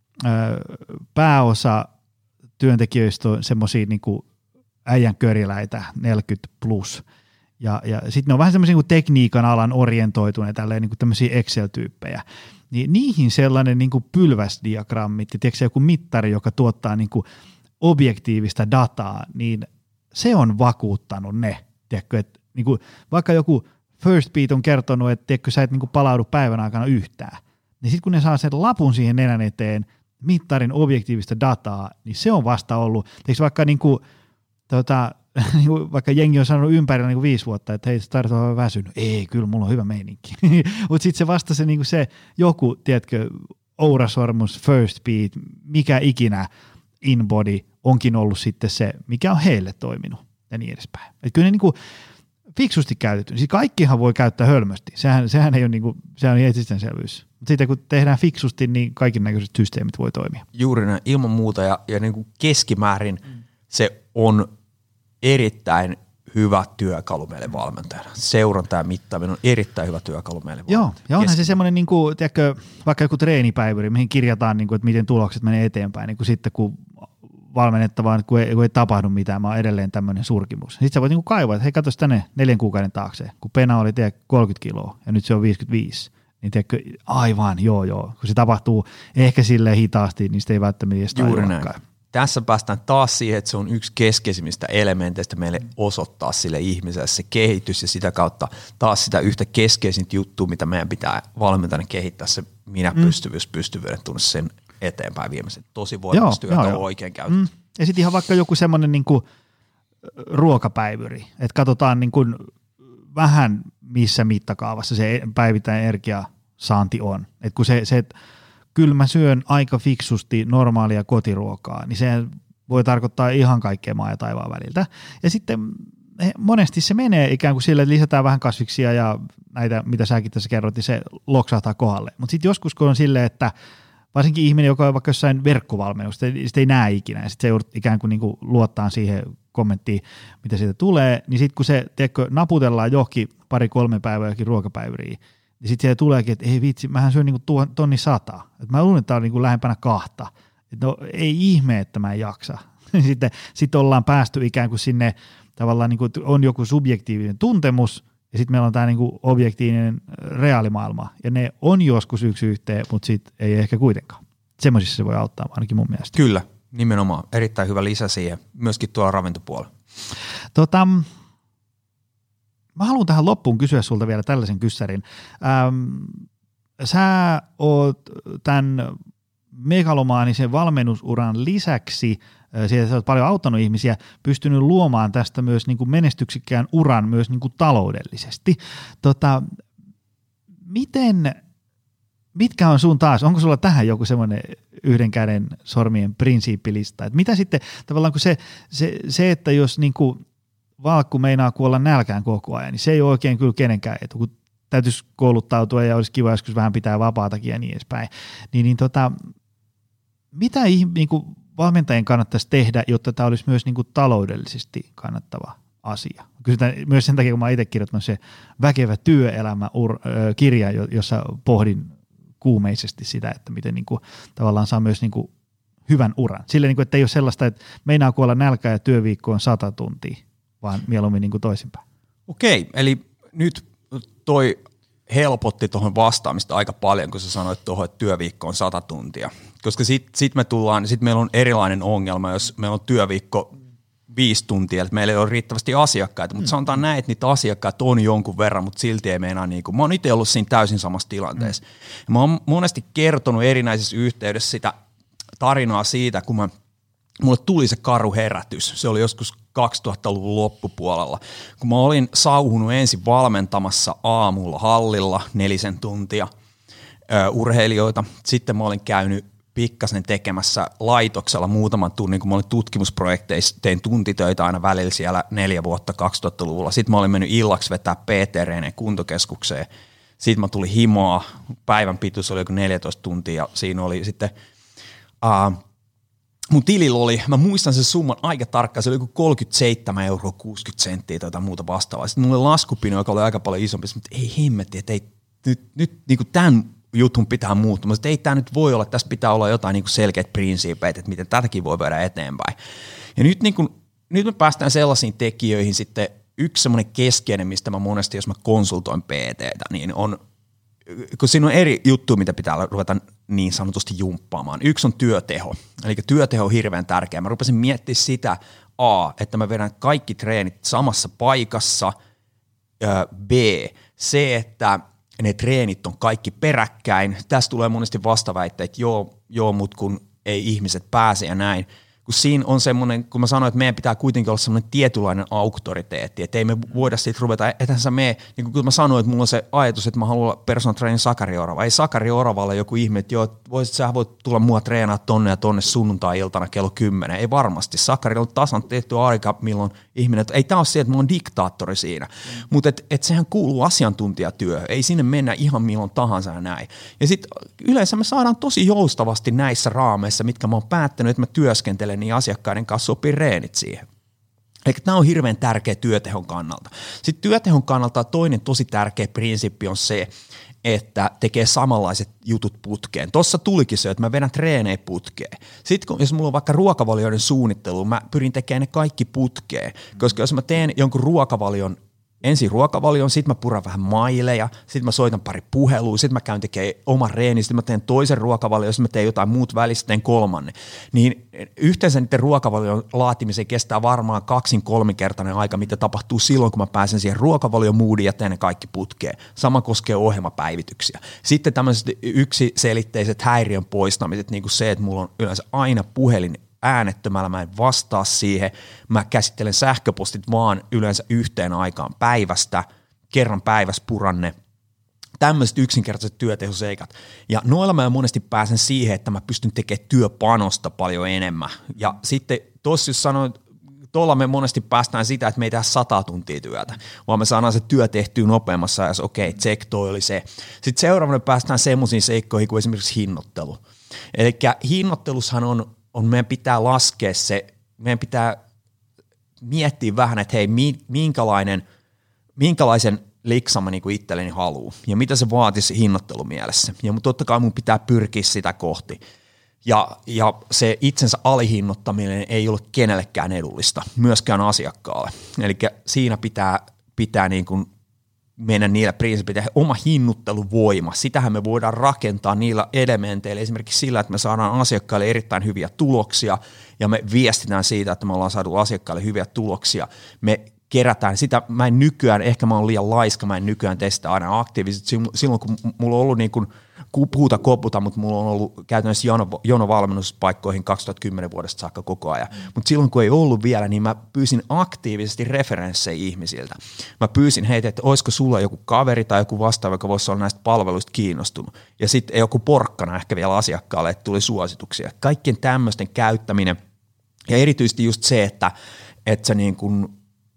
pääosa työntekijöistä on semmoisia niinku äijän köriläitä 40 plus. Ja sitten ne on vähän semmoisia niin tekniikan alan orientoituneita, niin tämmöisiä Excel-tyyppejä. Niin niihin sellainen niin pylväsdiagrammit ja tiedätkö, joku mittari, joka tuottaa niin objektiivista dataa, niin se on vakuuttanut ne. tiedätkö, että niin kuin, vaikka joku First Beat on kertonut, että tiedätkö, sä et niin kuin palaudu päivän aikana yhtään, niin sitten kun ne saa sen lapun siihen nenän eteen, mittarin objektiivista dataa, niin se on vasta ollut, tiedätkö, vaikka niin kuin, vaikka jengi on sanonut ympärillä niin 5 vuotta, että hei, sä tarvitset olla väsynyt. Ei, kyllä mulla on hyvä meininki. Mutta sitten se vasta se, niin se joku, tiedätkö, ourasormus, First Beat, mikä ikinä InBody onkin ollut sitten se, mikä on heille toiminut ja niin edespäin. Et kyllä ne niin kuin fiksusti käytetty. Siis kaikkihan voi käyttää hölmösti. Sehän ei ole, niin kuin, sehän on itsestäänselvyys. Mutta sitten kun tehdään fiksusti, niin kaiken näköiset systeemit voi toimia. Juuri näin, ilman muuta ja niin kuin keskimäärin se on erittäin hyvä työkalu meille valmentajana. Seuranta ja mittaaminen on erittäin hyvä työkalu meille valmentajana. Joo, ja onhan se semmoinen, niin kuin, tiedätkö, vaikka joku treenipäiväri, mihin kirjataan, niin kuin, että miten tulokset menee eteenpäin, niin kuin sitten kun valmennettavaa, kun ei tapahdu mitään, mä oon edelleen tämmöinen surkimus. Sitten sä voit niin kuin kaivaa, että hei, katsos tänne 4 kuukauden taakse, kun pena oli 30 kiloa ja nyt se on 55, niin tiedätkö, aivan, joo. Kun se tapahtuu ehkä silleen hitaasti, niin sitä ei välttämättä edes tajuakaan. Tässä päästään taas siihen, että se on yksi keskeisimmistä elementeistä meille osoittaa sille ihmiselle se kehitys ja sitä kautta taas sitä yhtä keskeisintä juttua, mitä meidän pitää valmentajana kehittää, se pystyvyyden tunne sen eteenpäin viimeisen. Tosi voimakas työkalu oikein käytetty. Ja sitten ihan vaikka joku semmoinen niin kuin ruokapäivyri, että katsotaan niin kuin vähän missä mittakaavassa se päivittäinen energiasaanti on. Että kun se että kyllä mä syön aika fiksusti normaalia kotiruokaa, niin se voi tarkoittaa ihan kaikkea maa ja taivaan väliltä. Ja sitten monesti se menee ikään kuin sille, että lisätään vähän kasviksia ja näitä, mitä säkin tässä kerroit, niin se loksahtaa kohdalle. Mutta sitten joskus, kun on silleen, että varsinkin ihminen, joka on vaikka jossain verkkovalmennusta, sitä ei näe ikinä, ja sitten se joudut ikään kuin, luottaa siihen kommenttiin, mitä siitä tulee, niin sitten kun se, tiedätkö, naputellaan johonkin 2-3 päivää johonkin ruokapäiviin, niin sitten siellä tuleekin, että ei vitsi, mähän syön niinku 1,100. Että mä luulen, että tämä on niinku lähempänä 2. Että no ei ihme, että mä en jaksa. Sitten ollaan päästy ikään kuin sinne tavallaan, niinku, että on joku subjektiivinen tuntemus, ja sitten meillä on tämä niinku objektiivinen reaalimaailma. Ja ne on joskus yksi yhteen, mutta sitten ei ehkä kuitenkaan. Semmoisissa se voi auttaa ainakin mun mielestä. Kyllä, nimenomaan. Erittäin hyvä lisä siihen, myöskin tuolla ravintopuolella. Mä haluan tähän loppuun kysyä sulta vielä tällaisen kyssärin. Sä oot tämän megalomaanisen valmennusuran lisäksi, sieltä sä oot paljon auttanut ihmisiä, pystynyt luomaan tästä myös niin kuin menestyksikkään uran myös niin kuin taloudellisesti. Mitkä on sun taas, onko sulla tähän joku semmoinen yhden käden sormien prinsiippilista? Et mitä sitten tavallaan kun se että jos niin kuin valkku meinaa kuolla nälkään koko ajan, niin se ei ole oikein kyllä kenenkään etu, kun täytyisi kouluttautua ja olisi kiva joskus vähän pitää vapaatakin ja niin edespäin. Mitä niin kuin valmentajien kannattaisi tehdä, jotta tämä olisi myös niin kuin taloudellisesti kannattava asia? Kysytään myös sen takia, kun mä oon itse kirjoittanut se Väkevä työelämä-kirja, jossa pohdin kuumeisesti sitä, että miten niin kuin tavallaan saa myös niin kuin hyvän uran. Silleen, niin kuin, että ei ole sellaista, että meinaa kuolla nälkää ja työviikko on 100 tuntia, vaan mieluummin niin kuin toisinpäin. Okei, eli nyt toi helpotti tuohon vastaamista aika paljon, kun sä sanoit tuohon, että työviikko on 100 tuntia. Koska sit meillä on erilainen ongelma, jos meillä on työviikko 5 tuntia, että meillä ei ole riittävästi asiakkaita, mutta sanotaan näin, että niitä asiakkaita on jonkun verran, mutta silti ei meinaa niin kuin, mä oon itse ollut siinä täysin samassa tilanteessa. Mä oon monesti kertonut erinäisissä yhteydessä sitä tarinaa siitä, kun mulle tuli se karu herätys. Se oli joskus 2000-luvun loppupuolella, kun mä olin sauhunut ensin valmentamassa aamulla hallilla 4 tuntia urheilijoita. Sitten mä olin käynyt pikkasen tekemässä laitoksella muutaman tunnin, kun mä olin tutkimusprojekteissa, tein tuntitöitä aina välillä siellä 4 vuotta 2000-luvulla. Sitten mä olin mennyt illaksi vetää PT-reeneen kuntokeskukseen. Sitten mä tulin himoa, päivän pituus oli joku 14 tuntia ja siinä oli sitten mun tilillä oli, mä muistan sen summan aika tarkkaan, se oli joku 37,60 € tai muuta vastaavaa. Sitten mulla oli laskupino, joka oli aika paljon isompi, mutta ei hemmetti, että ei, nyt niin kuin tämän jutun pitää muuttua. Mutta ei tämä nyt voi olla, tässä pitää olla jotain niin kuin selkeät prinsiipeitä, että miten tätäkin voi viedä eteenpäin. Ja nyt me päästään sellaisiin tekijöihin sitten, yksi semmoinen keskeinen, mistä mä monesti, jos mä konsultoin PT:tä, niin on, kun siinä on eri juttuja, mitä pitää ruveta niin sanotusti jumppaamaan. Yksi on työteho, eli työteho on hirveän tärkeä. Mä rupesin miettimään sitä A, että mä vedän kaikki treenit samassa paikassa, B, se, että ne treenit on kaikki peräkkäin. Tässä tulee monesti vastaväitteet, että joo, mutta kun ei ihmiset pääse ja näin. Kun siinä on semmoinen, kun mä sanoin, että meidän pitää kuitenkin olla semmoinen tietynlainen auktoriteetti, että ei me voida siitä ruveta, ethän sä mene, niin kun mä sanoin, että mulla on se ajatus, että mä haluan olla personal trainer Sakari Orava. Ei Sakari Oravalle joku ihme, että joo, sä voit tulla mua treenaa tonne ja tonne sunnuntai-iltana kello 10. Ei varmasti. Sakarilla on tasan tehty aika, milloin ihminen, ei tää ole se, että mulla on diktaattori siinä, mutta et sehän kuuluu asiantuntijatyöhön. Ei sinne mennä ihan milloin tahansa ja näin. Ja sitten yleensä me saadaan tosi joustavasti näissä raameissa, mitkä mä oon päättänyt, että mä työskentelen niin asiakkaiden kanssa sopii reenit siihen. Eli tämä on hirveän tärkeä työtehon kannalta. Sitten työtehon kannalta toinen tosi tärkeä prinsiippi on se, että tekee samanlaiset jutut putkeen. Tuossa tulikin se, että mä vedän treenejä putkeen. Sitten jos mulla on vaikka ruokavalioiden suunnittelu, mä pyrin tekemään ne kaikki putkeen, koska jos mä teen jonkun ensin ruokavalion, sitten mä puran vähän maileja, sitten mä soitan pari puhelua, sitten mä käyn tekemään oman reenin, sitten mä teen toisen ruokavalion, sitten mä teen jotain muut välistä, teen kolmannen. Niin yhteensä niiden ruokavalion laatimiseen kestää varmaan 2-3-kertainen aika, mitä tapahtuu silloin, kun mä pääsen siihen ruokavaliomoodiin ja teen ne kaikki putkeen. Sama koskee ohjelmapäivityksiä. Sitten tämmöiset yksiselitteiset häiriön poistamiset, niin kuin se, että mulla on yleensä aina puhelin äänettömällä, mä en vastaa siihen, mä käsittelen sähköpostit vaan yleensä yhteen aikaan päivästä, kerran päivässä puran ne, tämmöiset yksinkertaiset työtehoseikat. Ja noilla mä monesti pääsen siihen, että mä pystyn tekemään työpanosta paljon enemmän. Ja sitten tossa jos sanoin, tuolla me monesti päästään sitä, että me ei tehdä 100 tuntia työtä, vaan me saadaan se työ tehtyä nopeammassa ajassa, okei, check, toi oli se. Sitten seuraavana päästään semmoisiin seikkoihin kuin esimerkiksi hinnoittelu. Eli hinnoittelussahan on meidän pitää laskea se, meidän pitää miettiä vähän, että hei, minkälaisen liksan mä niinku itselleni haluan ja mitä se vaatisi hinnoittelumielessä. Ja totta kai mun pitää pyrkiä sitä kohti. Ja se itsensä alihinnoittaminen ei ole kenellekään edullista, myöskään asiakkaalle. Eli siinä pitää niin kuin mennä niillä prinsiipillä, oma hinnoitteluvoima, sitähän me voidaan rakentaa niillä elementeillä, esimerkiksi sillä, että me saadaan asiakkaille erittäin hyviä tuloksia ja me viestitään siitä, että me ollaan saatu asiakkaille hyviä tuloksia. Me kerätään sitä, ehkä mä oon liian laiska, mä en nykyään tee sitä aina aktiivisesti, silloin kun mulla on ollut niin kuin puhuta koputa, mutta mulla on ollut käytännössä jonovalmennuspaikkoihin 2010 vuodesta saakka koko ajan. Mutta silloin kun ei ollut vielä, niin mä pyysin aktiivisesti referenssejä ihmisiltä. Mä pyysin heitä, että olisiko sulla joku kaveri tai joku vastaava, joka voisi olla näistä palveluista kiinnostunut. Ja sitten joku porkkana ehkä vielä asiakkaalle, että tuli suosituksia. Kaikkien tämmöisten käyttäminen ja erityisesti just se, että sä niin kuin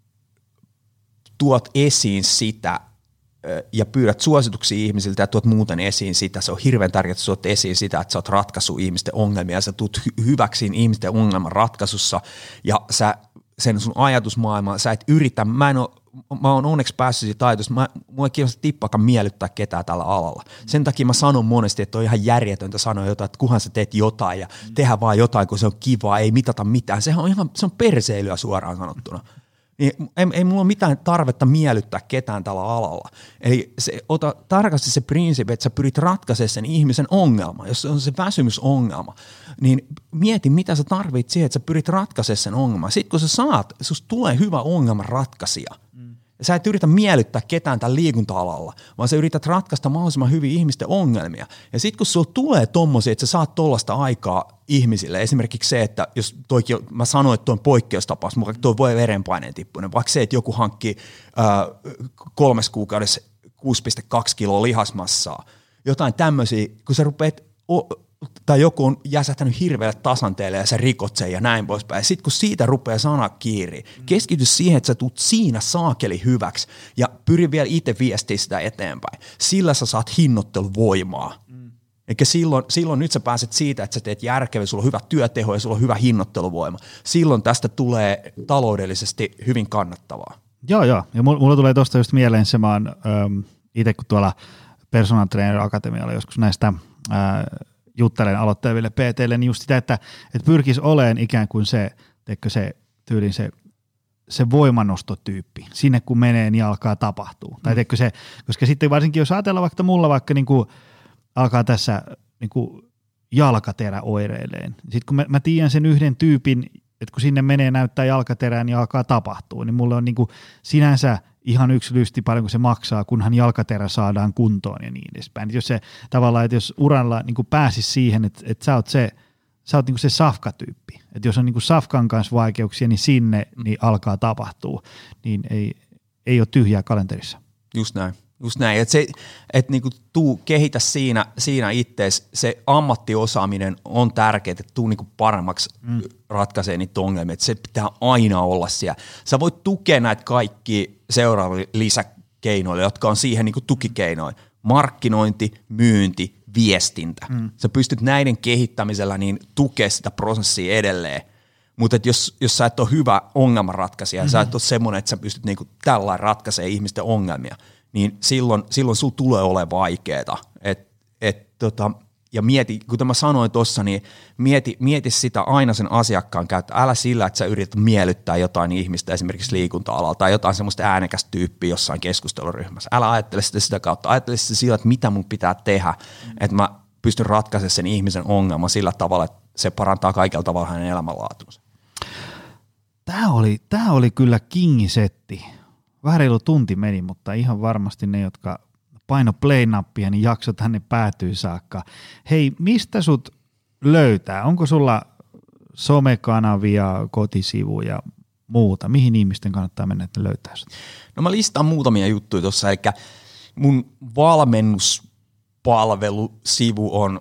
tuot esiin sitä, ja pyydät suosituksia ihmisiltä ja tuot muuten esiin sitä. Se on hirveän tärkeää, että tuot esiin sitä, että sä oot ratkaissut ihmisten ongelmia ja sä tuut hyväksi ihmisten ongelman ratkaisussa ja sen sun ajatusmaailma, sä et yritä, mä oon onneksi päässyt siitä taitosta, mua ei kiinnosta tippaakaan miellyttää ketään tällä alalla. Sen takia mä sanon monesti, että on ihan järjetöntä sanoa jotain, että kunhan sä teet jotain ja tehdä vaan jotain, kun se on kivaa, ei mitata mitään. Se on perseilyä suoraan sanottuna. Niin ei mulla ole mitään tarvetta miellyttää ketään tällä alalla. Eli ota tarkasti se prinsiipi, että sä pyrit ratkaisemaan sen ihmisen ongelma. Jos se on se väsymysongelma, niin mieti, mitä sä tarvitset siihen, että sä pyrit ratkaisemaan sen ongelman. Sitten kun sä saat, susta tulee hyvä ongelman ratkaisija. Sä et yritä miellyttää ketään tällä liikunta-alalla, vaan sä yrität ratkaista mahdollisimman hyvin ihmisten ongelmia. Ja sitten kun sulla tulee tommosia, että sä saat tollaista aikaa ihmisille, esimerkiksi se, että jos mä sanoin, että tuo on poikkeustapaus, mutta tuo voi verenpaineen tippunen, vaikka se, että joku hankkii 3 kuukaudessa 6,2 kiloa lihasmassaa, jotain tämmöisiä, kun sä rupeat tai joku on jäsähtänyt hirveälle tasanteelle ja sä rikot sen ja näin poispäin. Sitten kun siitä rupeaa sana kiiriin, keskity siihen, että sä tuut siinä saakeli hyväksi ja pyri vielä itse viestiä sitä eteenpäin. Sillä sä saat hinnoitteluvoimaa. Eikä silloin nyt sä pääset siitä, että sä teet järkevä, sulla on hyvä työteho ja sulla on hyvä hinnoitteluvoima. Silloin tästä tulee taloudellisesti hyvin kannattavaa. Joo. Ja mulla tulee tuosta just mieleen se, mä oon itse kun tuolla Personal Trainer Akatemialla joskus näistä juttelen aloitteleville PT:lle, niin just sitä, että pyrkisi olemaan ikään kuin se tyylin se voimannostotyyppi. Sinne kun menee, niin alkaa tapahtua. Tai se, koska sitten varsinkin jos ajatellaan vaikka niin kuin alkaa tässä niin kuin jalkaterä oireileen. Sitten kun mä tiedän sen yhden tyypin, että kun sinne menee näyttää jalkaterään ja alkaa tapahtua, niin mulle on niin kuin sinänsä ihan yksi lysti paljon, kun se maksaa, kunhan jalkaterä saadaan kuntoon ja niin edespäin. Jos se tavallaan, että jos uralla niin kuin pääsisi siihen, että sä oot niin kuin se safka-tyyppi. Että jos on niin kuin safkan kanssa vaikeuksia, niin sinne niin alkaa tapahtua, niin ei ole tyhjää kalenterissa. Just näin. Että niinku kehitä siinä ittees, se ammattiosaaminen on tärkeää, että tuu niinku paremmaksi ratkaisee niitä ongelmia, että se pitää aina olla siellä. Sä voit tukea näitä kaikki seuraavia lisäkeinoilla, jotka on siihen niinku tukikeinoja. Markkinointi, myynti, viestintä. Sä pystyt näiden kehittämisellä niin tukea sitä prosessia edelleen. Mutta jos sä et ole hyvä ongelmanratkaisija, sä et ole semmoinen, että sä pystyt niinku tällainen ratkaisemaan ihmisten ongelmia, niin silloin sulla tulee olemaan vaikeeta. Ja mieti, kuten mä sanoin tuossa, niin mieti sitä aina sen asiakkaan käyttöä. Älä sillä, että sä yrität miellyttää jotain ihmistä esimerkiksi liikunta-alalla tai jotain semmoista äänekästä tyyppiä jossain keskusteluryhmässä. Älä ajattele sitä kautta. Ajattele sitä sillä, että mitä mun pitää tehdä, että mä pystyn ratkaisemaan sen ihmisen ongelman sillä tavalla, että se parantaa kaikella tavalla hänen elämänlaatunsa. Tämä oli kyllä kingisetti. Vähän reilu tunti meni, mutta ihan varmasti ne, jotka paino play-nappia, niin jakso tänne päätyy saakka. Hei, mistä sut löytää? Onko sulla somekanavia, kotisivuja, muuta? Mihin ihmisten kannattaa mennä, että ne löytää sut? No mä listaan muutamia juttuja tuossa, eli mun valmennuspalvelusivu on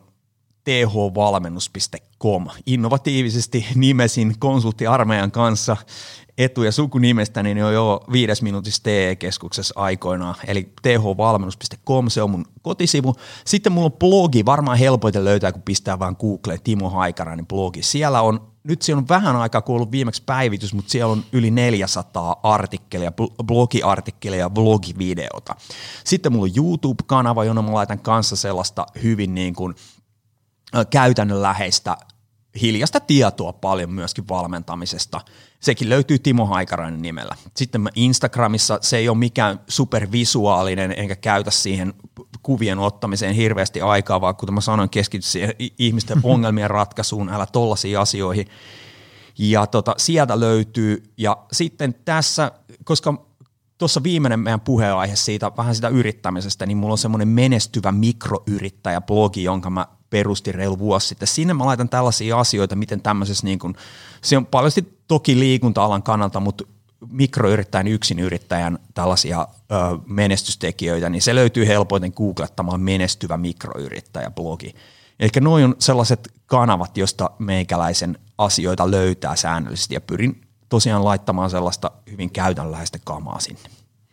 thvalmennus.com. Innovatiivisesti nimesin konsulttiarmeijan kanssa etu- ja sukunimestäni niin on jo 5 minuutissa TE-keskuksessa aikoinaan, eli thvalmennus.com, se on mun kotisivu. Sitten mulla on blogi, varmaan helpoiten löytää, kun pistää vaan Googleen Timo Haikarainen blogi. Siellä on vähän aikaa, kun on ollut viimeksi päivitys, mutta siellä on yli 400 artikkeleja, blogiartikkeleja ja vlogivideota. Sitten mulla on YouTube-kanava, jonne mä laitan kanssa sellaista hyvin niin kuin käytännönläheistä hiljaista tietoa paljon myöskin valmentamisesta. Sekin löytyy Timo Haikarainen nimellä. Sitten Instagramissa se ei ole mikään supervisuaalinen, enkä käytä siihen kuvien ottamiseen hirveästi aikaa, vaan kuten mä sanoin, keskity siihen ihmisten ongelmien ratkaisuun, älä tollaisiin asioihin. Ja sieltä löytyy. Ja sitten tässä, koska tuossa viimeinen meidän puheenaihe siitä, vähän sitä yrittämisestä, niin mulla on semmoinen menestyvä mikroyrittäjä-blogi, jonka mä perustin reilu vuosi sitten. Sinne mä laitan tällaisia asioita, miten tämmöisessä, niin kun, se on paljon toki liikunta-alan kannalta, mutta mikroyrittäjän, yksinyrittäjän tällaisia menestystekijöitä, niin se löytyy helpoiten googlettamaan menestyvä mikroyrittäjä-blogi. Eli noi on sellaiset kanavat, josta meikäläisen asioita löytää säännöllisesti ja pyrin tosiaan laittamaan sellaista hyvin käytännönläheistä kamaa sinne.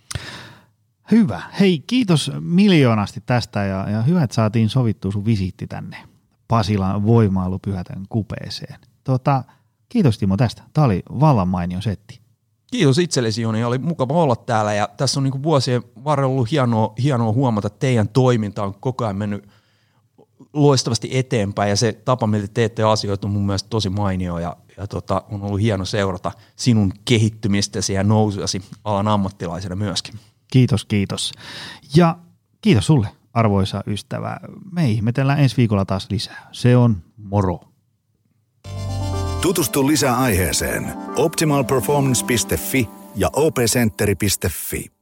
Hyvä. Hei, kiitos miljoonasti tästä ja hyvä, että saatiin sovittua sun visiitti tänne Pasilan voimailupyhätön kupeeseen. Kiitos Timo tästä. Tämä oli vallan mainio setti. Kiitos itsellesi Joni, oli mukava olla täällä ja tässä on niin kuin vuosien varrella ollut hienoa huomata, että teidän toiminta on koko ajan mennyt loistavasti eteenpäin ja se tapa, millä teette asioita on mun mielestä tosi mainio ja on ollut hieno seurata sinun kehittymistäsi ja nousuasi alan ammattilaisena myöskin. Kiitos. Ja kiitos sulle, arvoisa ystävä. Me ihmetellään ensi viikolla taas lisää. Se on moro. Tutustu lisää aiheeseen optimalperformance.fi ja opcenteri.fi.